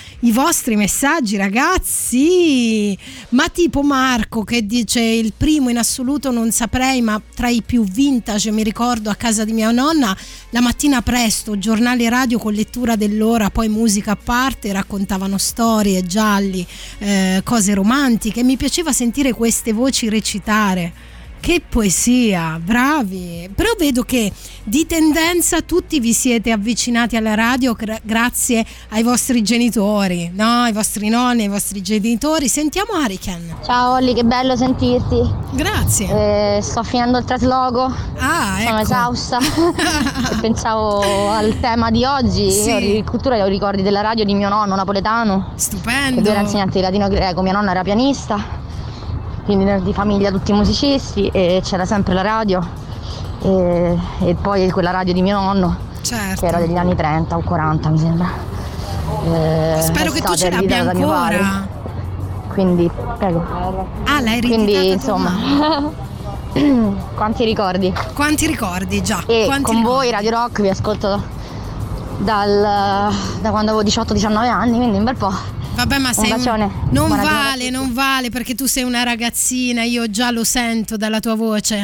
i vostri messaggi, ragazzi, ma tipo Marco che dice: il primo in assoluto non saprei, ma tra i più vintage mi ricordo a casa di mia nonna la mattina presto, giornale radio con lettura dell'ora, poi musica a parte, raccontavano storie, gialli, cose romantiche, mi piaceva sentire queste voci recitare. Che poesia, bravi! Però vedo che di tendenza tutti vi siete avvicinati alla radio grazie ai vostri genitori, no? Ai vostri nonni, ai vostri genitori. Sentiamo Hurricane. Ciao Olli, che bello sentirti. Grazie. Sto finendo il trasloco. Sono esausta. E pensavo al tema di oggi. Sì. Io cultura ho ricordi della radio di mio nonno napoletano. Stupendo. Che lui era insegnante di latino greco, mia nonna era pianista. Quindi di famiglia tutti musicisti e c'era sempre la radio e poi quella radio di mio nonno, certo, che era degli anni 30 o 40 mi sembra. Spero che tu ce l'abbia ancora. Quindi prego. L'hai ereditata. Quindi insomma quanti ricordi già. E con voi Radio Rock vi ascolto da quando avevo 18-19 anni, quindi un bel po'. Vabbè, ma un bacione. Non vale perché tu sei una ragazzina, io già lo sento dalla tua voce.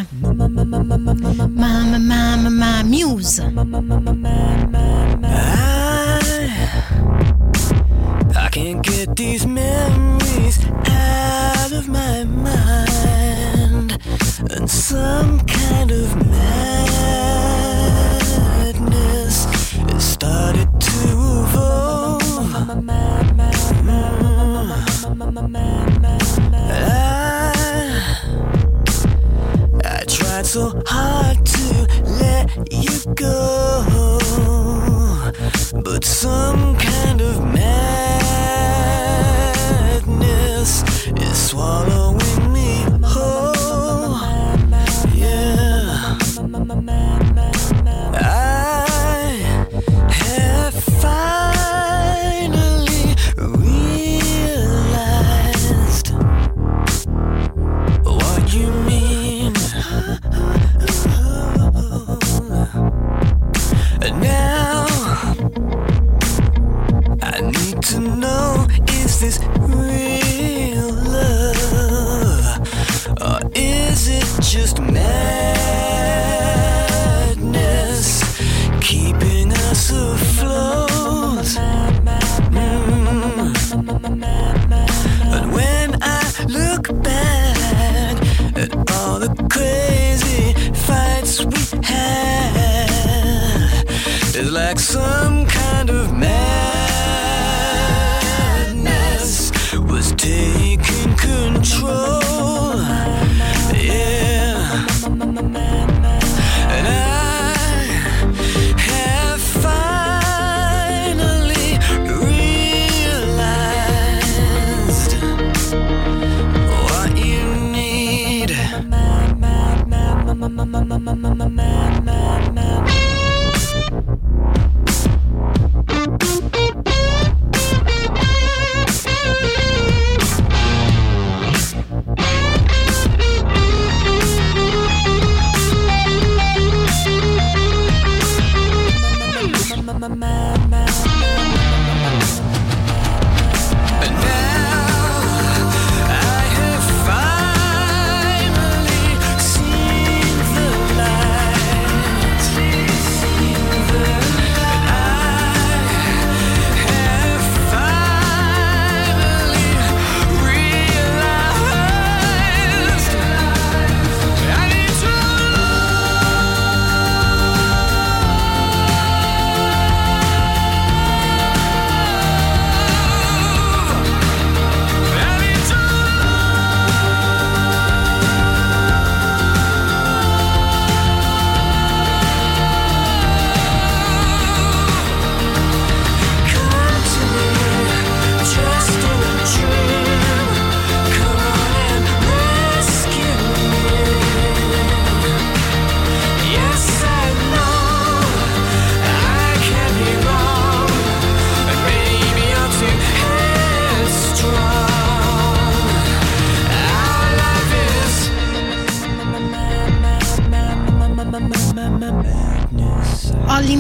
Mamma, Muse. I can't get these memories out of my mind, and some kind of madness has started to evolve. I tried so hard to let you go, but some kind of madness is swallowing me whole. Yeah, I have finally realized what you mean. Now I need to know, is this real love, or is it just madness keeping us afloat? But when I look back at all the crazy fights we had, it's like some kind of madness was taking control. Yeah, and I have finally realized what you need.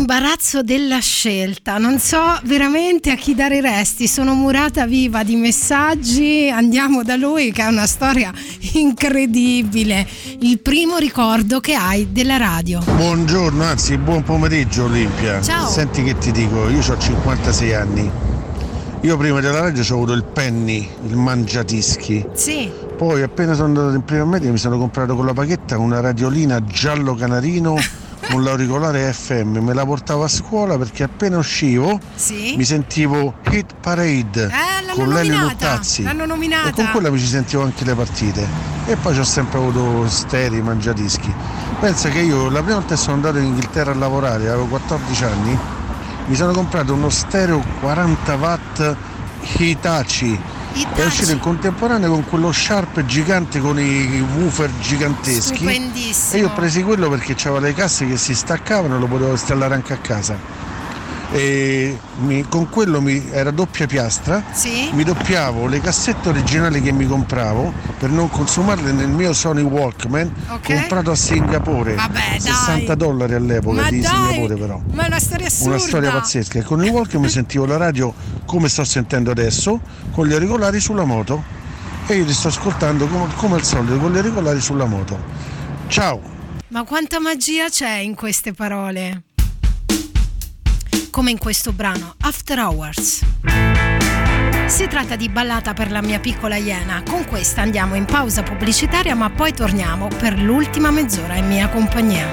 L'imbarazzo della scelta, non so veramente a chi dare i resti, sono murata viva di messaggi. Andiamo da lui che ha una storia incredibile. Il primo ricordo che hai della radio. Buongiorno, anzi buon pomeriggio Olimpia. Ciao. Senti che ti dico, io ho 56 anni. Io prima della radio ho avuto il penny, il mangiadischi. Sì. Poi appena sono andato in prima media mi sono comprato con la paghetta una radiolina giallo canarino con l'auricolare FM, me la portavo a scuola perché appena uscivo mi sentivo Hit Parade con Lelio Luttazzi, l'hanno nominata, e con quella mi ci sentivo anche le partite. E poi ho sempre avuto stereo, mangiadischi. Pensa che io la prima volta che sono andato in Inghilterra a lavorare, avevo 14 anni, mi sono comprato uno stereo 40 watt Hitachi. È uscito in contemporanea con quello Sharp gigante con i woofer giganteschi. Stupendissimo. E io ho preso quello perché c'aveva le casse che si staccavano e lo potevo installare anche a casa. E con quello era doppia piastra, mi doppiavo le cassette originali che mi compravo per non consumarle nel mio Sony Walkman, comprato a Singapore. Vabbè, $60 all'epoca di Singapore, però. Ma è una storia assurda. Una storia pazzesca. E con il Walkman mi sentivo la radio come sto sentendo adesso, con gli auricolari sulla moto. E io ti sto ascoltando come al solito, con gli auricolari sulla moto. Ciao! Ma quanta magia c'è in queste parole? Come in questo brano After Hours. Si tratta di Ballata per la mia piccola iena. Con questa andiamo in pausa pubblicitaria, ma poi torniamo per l'ultima mezz'ora in mia compagnia.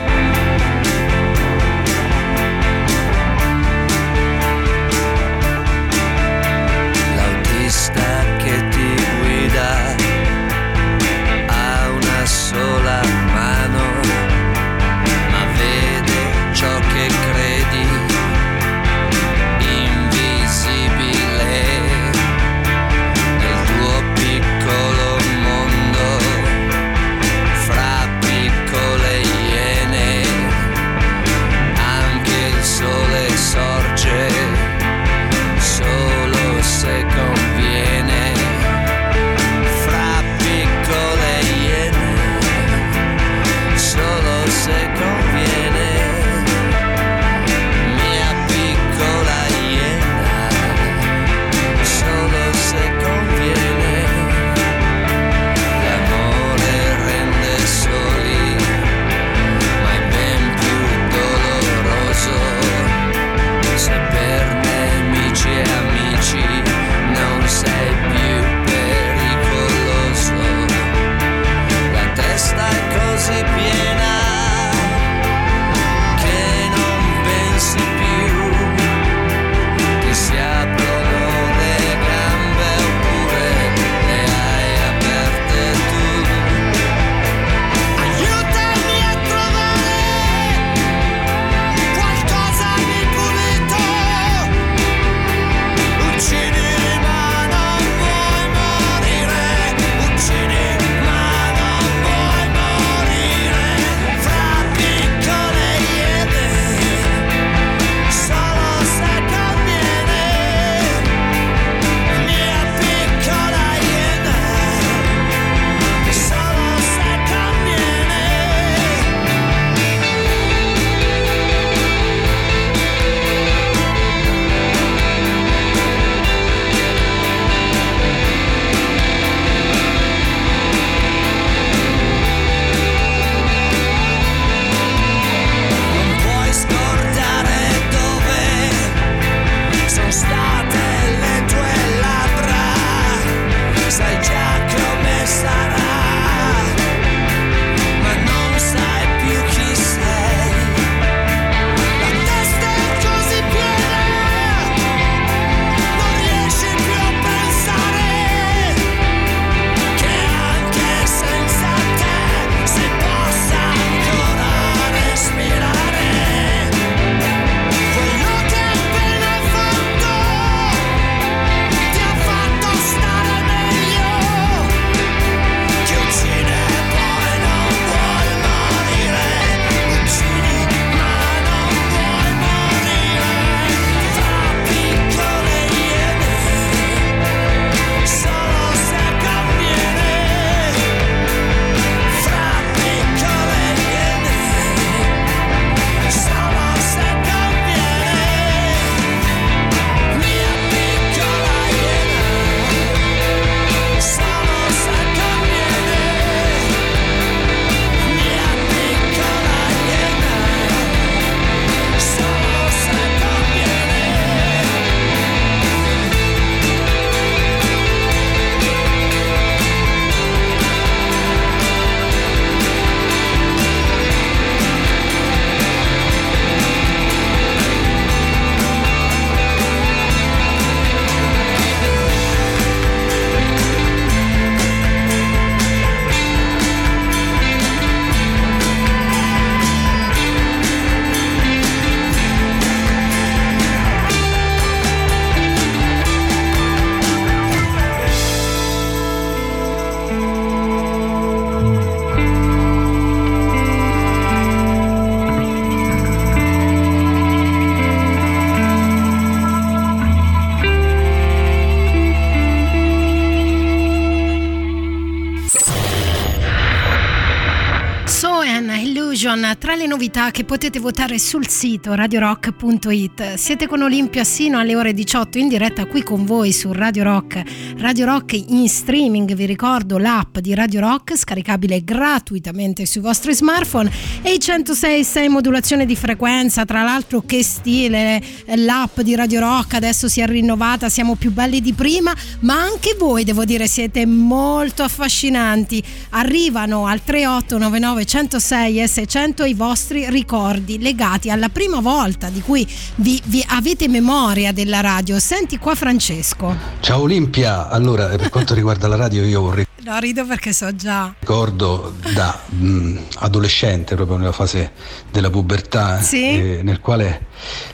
L'autista che ti guida ha una sola mano, ma vede ciò che credi invisibile nel tuo piccolo mondo fra piccole iene. Vision, tra le novità che potete votare sul sito radiorock.it. Siete con Olimpia sino alle ore 18 in diretta qui con voi su Radio Rock in streaming. Vi ricordo l'app di Radio Rock scaricabile gratuitamente sui vostri smartphone e i 106.6 modulazione di frequenza. Tra l'altro che stile l'app di Radio Rock, adesso si è rinnovata, siamo più belli di prima, ma anche voi devo dire siete molto affascinanti. Arrivano al 3899 106 e 600 i vostri ricordi legati alla prima volta di cui vi avete memoria della radio. Senti qua Francesco. Ciao Olimpia, allora per quanto riguarda la radio io ho No, rido perché so già. ricordo da adolescente, proprio nella fase della pubertà, sì? Nel quale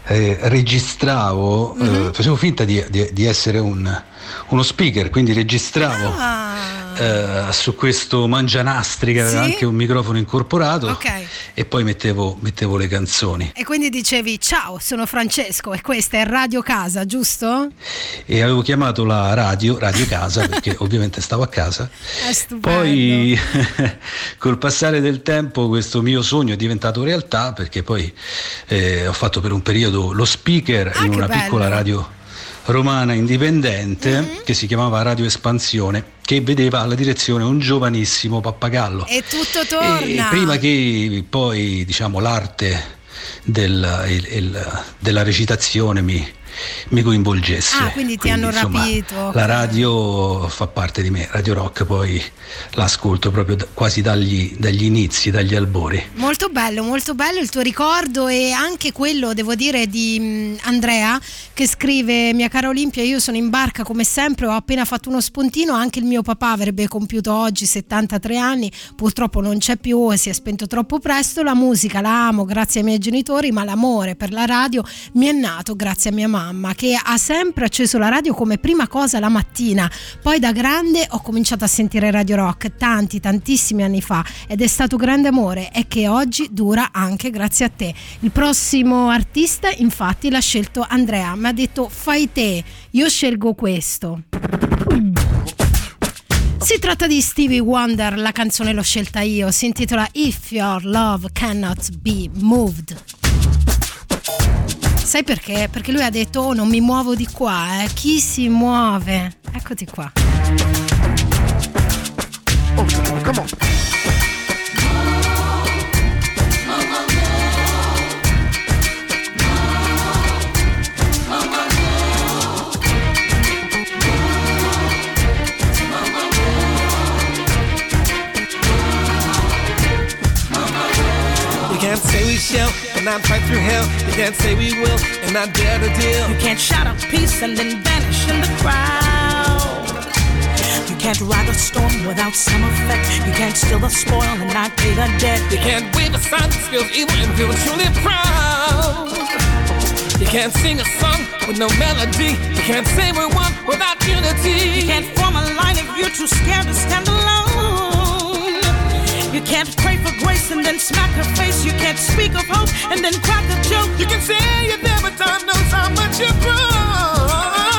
registravo, facevo finta di essere uno speaker, quindi registravo su questo mangianastri che aveva anche un microfono incorporato, e poi mettevo le canzoni. E quindi dicevi ciao, sono Francesco e questa è Radio Casa, giusto? E avevo chiamato la Radio Casa perché ovviamente stavo a casa. È stupendo. Poi col passare del tempo questo mio sogno è diventato realtà, perché poi ho fatto per un periodo lo speaker in una piccola radio romana indipendente che si chiamava Radio Espansione, che vedeva alla direzione un giovanissimo pappagallo. E tutto torna. E prima che poi l'arte della recitazione mi coinvolgesse. Quindi ti hanno rapito. La radio fa parte di me, Radio Rock poi l'ascolto proprio quasi dagli inizi, dagli albori. Molto bello il tuo ricordo, e anche quello, devo dire, di Andrea, che scrive: mia cara Olimpia, io sono in barca come sempre, ho appena fatto uno spuntino, anche il mio papà avrebbe compiuto oggi 73 anni, purtroppo non c'è più e si è spento troppo presto. La musica la amo grazie ai miei genitori, ma l'amore per la radio mi è nato grazie a mia mamma, che ha sempre acceso la radio come prima cosa la mattina. Poi da grande ho cominciato a sentire Radio Rock tantissimi anni fa, ed è stato grande amore, e che oggi dura anche grazie a te. Il prossimo artista infatti l'ha scelto Andrea, mi ha detto fai te, io scelgo questo. Si tratta di Stevie Wonder, la canzone l'ho scelta io, si intitola If Your Love Cannot Be Moved. Sai perché? Perché lui ha detto non mi muovo di qua, chi si muove? Eccoti qua. Come on. You can't say we shall and not fight through hell. You can't say we will and not dare to deal. You can't shout out peace and then vanish in the crowd. You can't ride a storm without some effect. You can't steal the spoil and not pay the debt. You can't wave a sign that spills evil and feel truly proud. You can't sing a song with no melody. You can't say we won without unity. You can't form a line if you're too scared to stand alone. You can't pray for grace and then smack her face. You can't speak of hope and then crack a joke. You can say you're there, but time knows how much you've grown.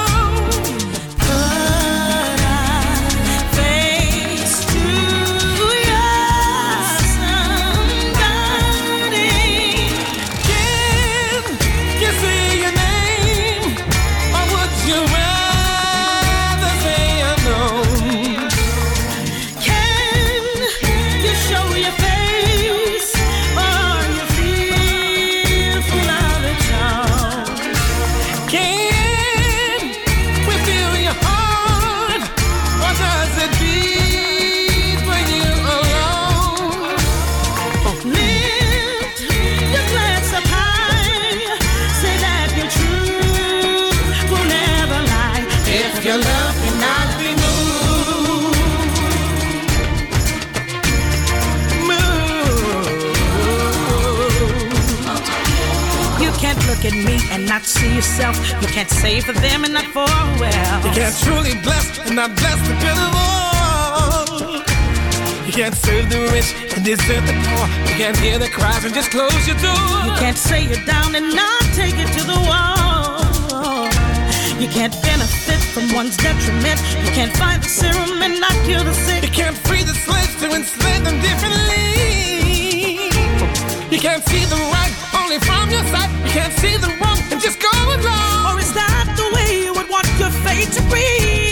Look at me and not see yourself. You can't save for them and not for well. You can't truly bless and not bless the good of all. You can't serve the rich and desert the poor. You can't hear the cries and just close your door. You can't say you're down and not take it to the wall. You can't benefit from one's detriment. You can't find the serum and not cure the sick. You can't free the slaves to enslave them differently. You can't see the right only from your sight. You can't see the wrong and just go along. Or is that the way you would want your fate to be?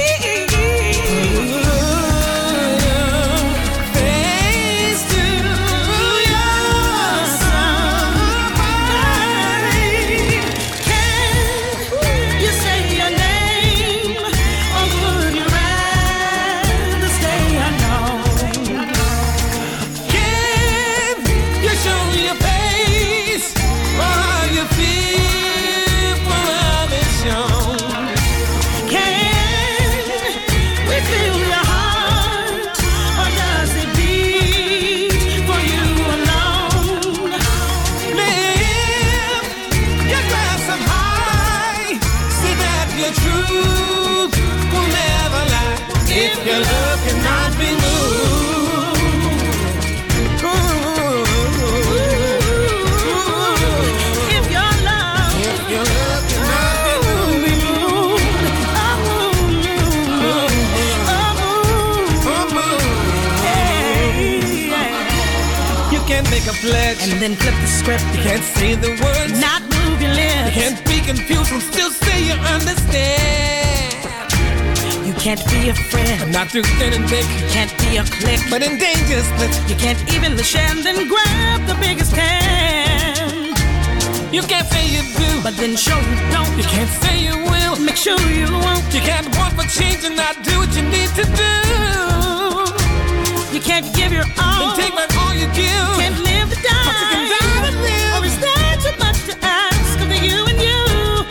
Your love cannot be moved. If your love cannot be moved. You can't make a pledge and then flip the script. You can't say the words, not move your lips. You can't be confused and still say you understand. You can't be a friend, I'm not too thin and thick. You can't be a clique, but in danger split. You can't even share and then grab the biggest hand. You can't say you do, but then show you don't. You can't say you will, make sure you won't. You can't want for change and not do what you need to do. You can't give your all, then take back all you give. You can't live to die, but you can die to live. Or is that too much to ask of the you and you?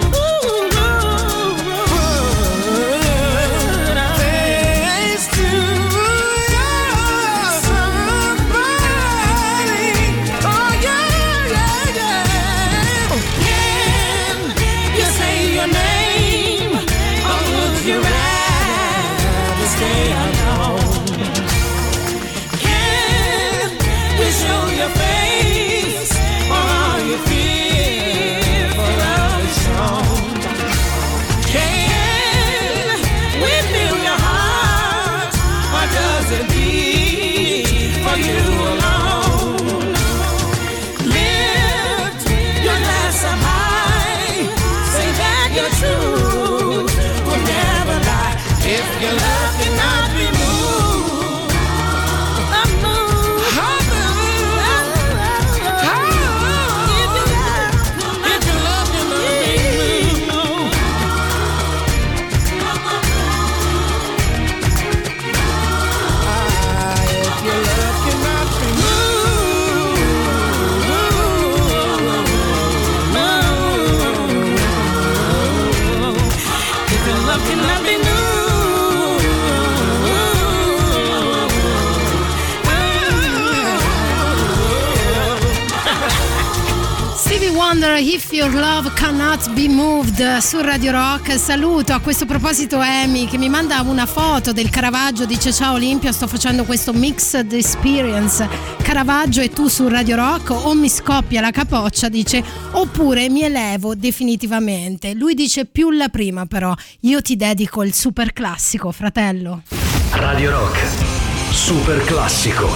If Your Love Cannot Be Moved su Radio Rock. Saluto a questo proposito Amy che mi manda una foto del Caravaggio, dice ciao Olimpia, sto facendo questo mixed experience Caravaggio e tu su Radio Rock, o mi scoppia la capoccia, dice, oppure mi elevo definitivamente. Lui dice più la prima, però io ti dedico il super classico, fratello. Radio Rock super classico.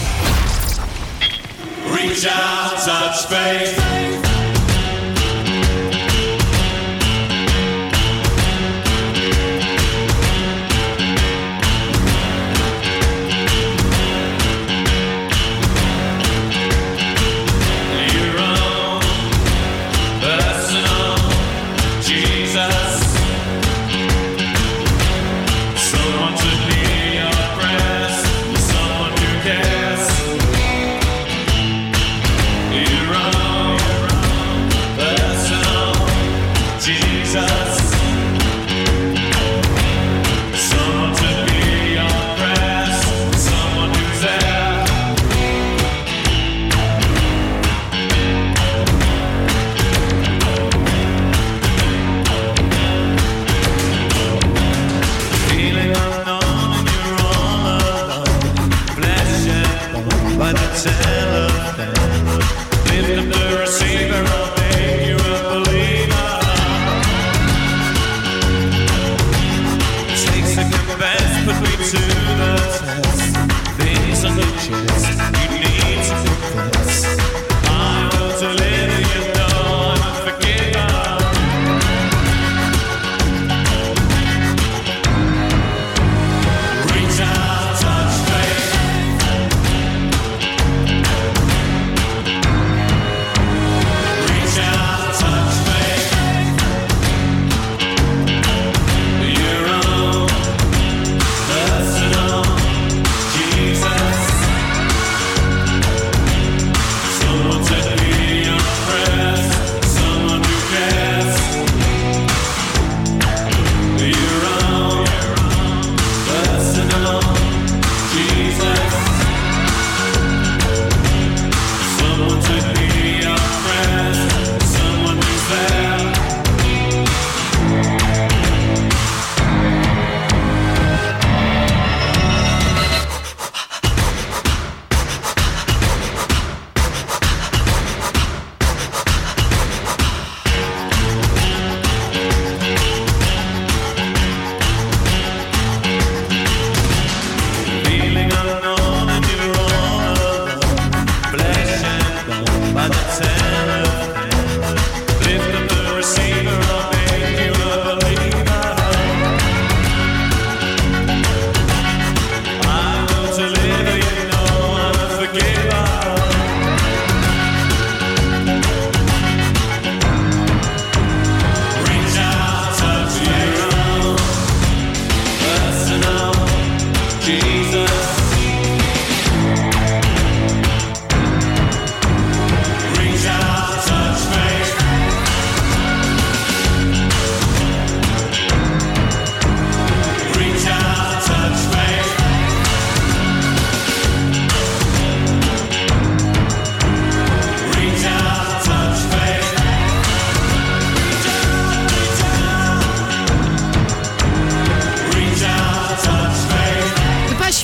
Reach out, touch faith.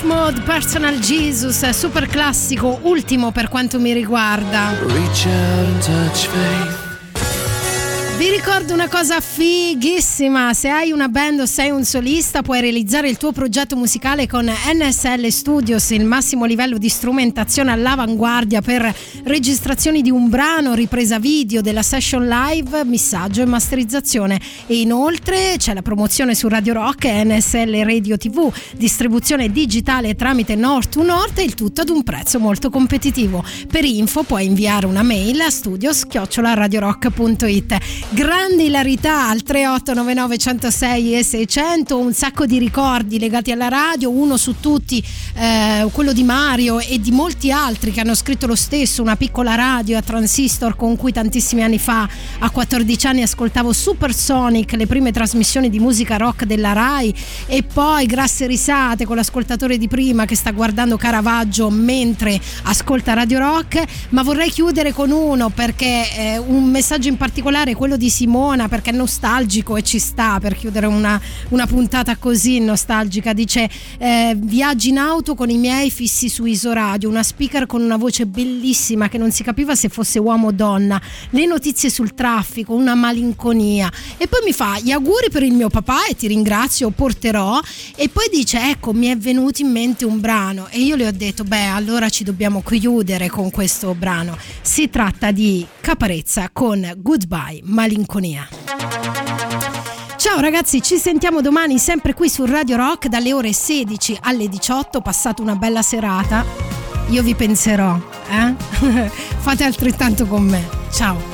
Depeche Mode, Personal Jesus, super classico, ultimo per quanto mi riguarda. Reach out and touch faith. Vi ricordo una cosa fighissima: se hai una band o sei un solista, puoi realizzare il tuo progetto musicale con NSL Studios, il massimo livello di strumentazione all'avanguardia per registrazioni di un brano, ripresa video della session live, missaggio e masterizzazione. E inoltre c'è la promozione su Radio Rock e NSL Radio TV, distribuzione digitale tramite North to North, e il tutto ad un prezzo molto competitivo. Per info puoi inviare una mail a studios@radiorock.it. Grande ilarità al 3899 106 e 600, un sacco di ricordi legati alla radio, uno su tutti quello di Mario e di molti altri che hanno scritto lo stesso, una piccola radio a transistor con cui tantissimi anni fa, a 14 anni, ascoltavo Supersonic, le prime trasmissioni di musica rock della Rai, e poi grasse risate con l'ascoltatore di prima che sta guardando Caravaggio mentre ascolta Radio Rock. Ma vorrei chiudere con uno, perché un messaggio in particolare, quello di Simona, perché è nostalgico e ci sta per chiudere una puntata così nostalgica. Dice: viaggi in auto con i miei fissi su Isoradio, una speaker con una voce bellissima che non si capiva se fosse uomo o donna, le notizie sul traffico, una malinconia, e poi mi fa gli auguri per il mio papà e ti ringrazio, porterò, e poi dice: ecco, mi è venuto in mente un brano, e io le ho detto: beh, allora ci dobbiamo chiudere con questo brano. Si tratta di Caparezza con Goodbye Malinconia. Ciao ragazzi, ci sentiamo domani sempre qui su Radio Rock dalle ore 16 alle 18. Passate una bella serata, io vi penserò, fate altrettanto con me. Ciao.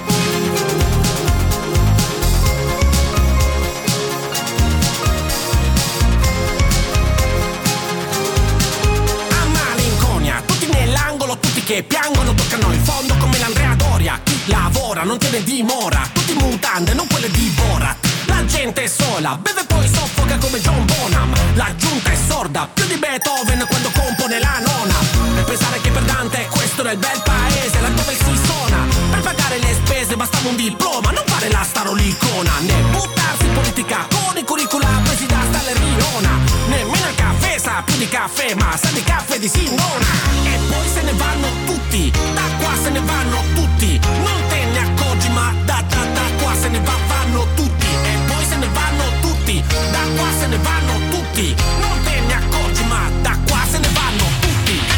Che piangono, toccano il fondo come l'Andrea Doria. Chi lavora non tiene dimora, tutti mutande, non quelle di Borat. La gente è sola, beve poi soffoca come John Bonham. La giunta è sorda, più di Beethoven quando compone la nona. E pensare che per Dante questo era il bel paese, laddove si suona. Per pagare le spese bastava un diploma, non fare la starolicona. Né buttarsi in politica con i curricula presi da Stallerinona. Nemmeno il caffè sa più di caffè, ma sa di caffè di Simona. E poi se ne vanno tutti, da qua se ne vanno tutti, non te ne accorgi ma da qua se ne vanno tutti. E poi se ne vanno tutti, da qua se ne vanno tutti, non te ne accorgi ma da qua se ne vanno tutti.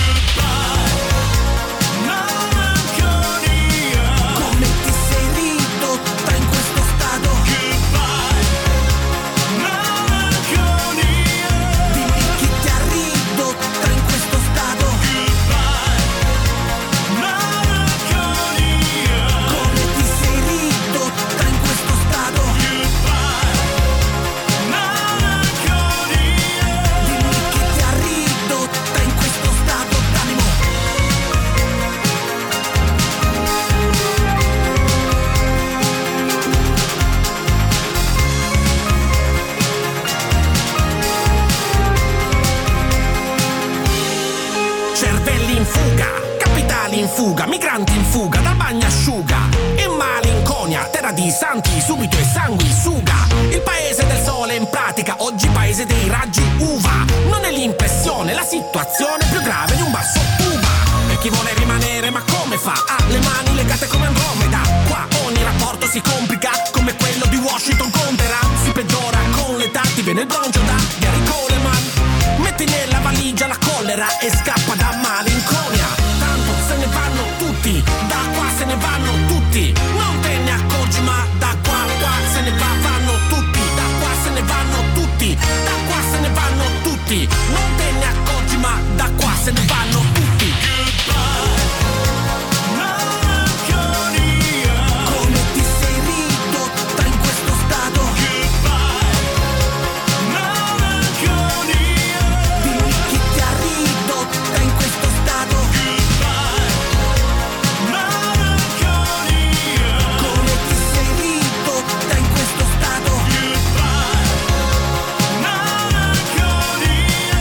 Come ti sei ridotta in questo stato? Dimmi chi ti ha ridotta in questo stato. Come ti sei ridotta in questo stato? Dimmi chi ti ha ridotta in questo stato d'animo. Cervelli in fuga, capitali in fuga, migranti in fuga, dal bagnasciuga. E malinconia, terra di santi, subito e sanguisuga. Il paese del sole in pratica, oggi paese dei raggi uva. Non è l'impressione, la situazione più grave di un basso tuba. E chi vuole rimanere ma come fa? Ha le mani legate come Andromeda. Qua ogni rapporto si complica, come quello di Washington con Teheran. Si peggiora con l'età, ti viene il broncio da Gary Coleman. Metti nella valigia la collera e scappa da malinconia. Tanto se ne vanno tutti, da qua se ne vanno tutti, non te ne accorgi ma da qua se ne vanno tutti, da qua se ne vanno tutti, da qua se ne vanno tutti, non te ne accorgi ma da qua se ne vanno tutti. Come ti sei ridotta in questo stato? Dimmi chi ti ha ridotta in questo stato. Come ti sei ridotta in questo stato?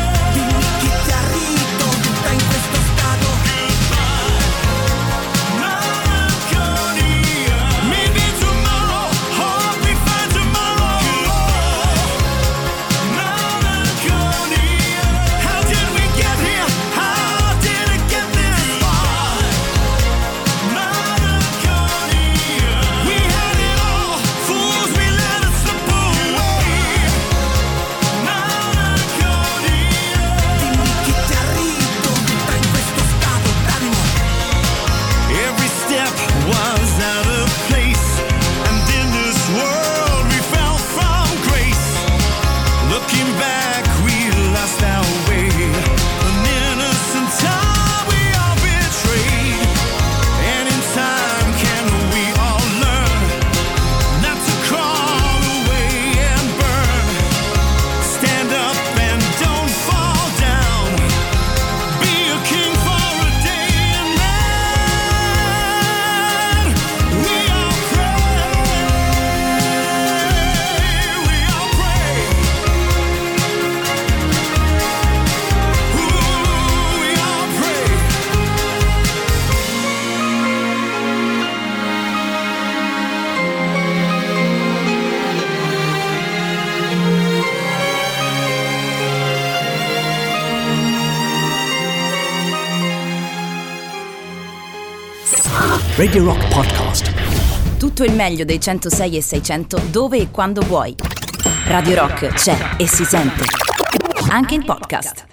Radio Rock Podcast. Tutto il meglio dei 106 e 600 dove e quando vuoi. Radio Rock c'è e si sente. Anche in podcast.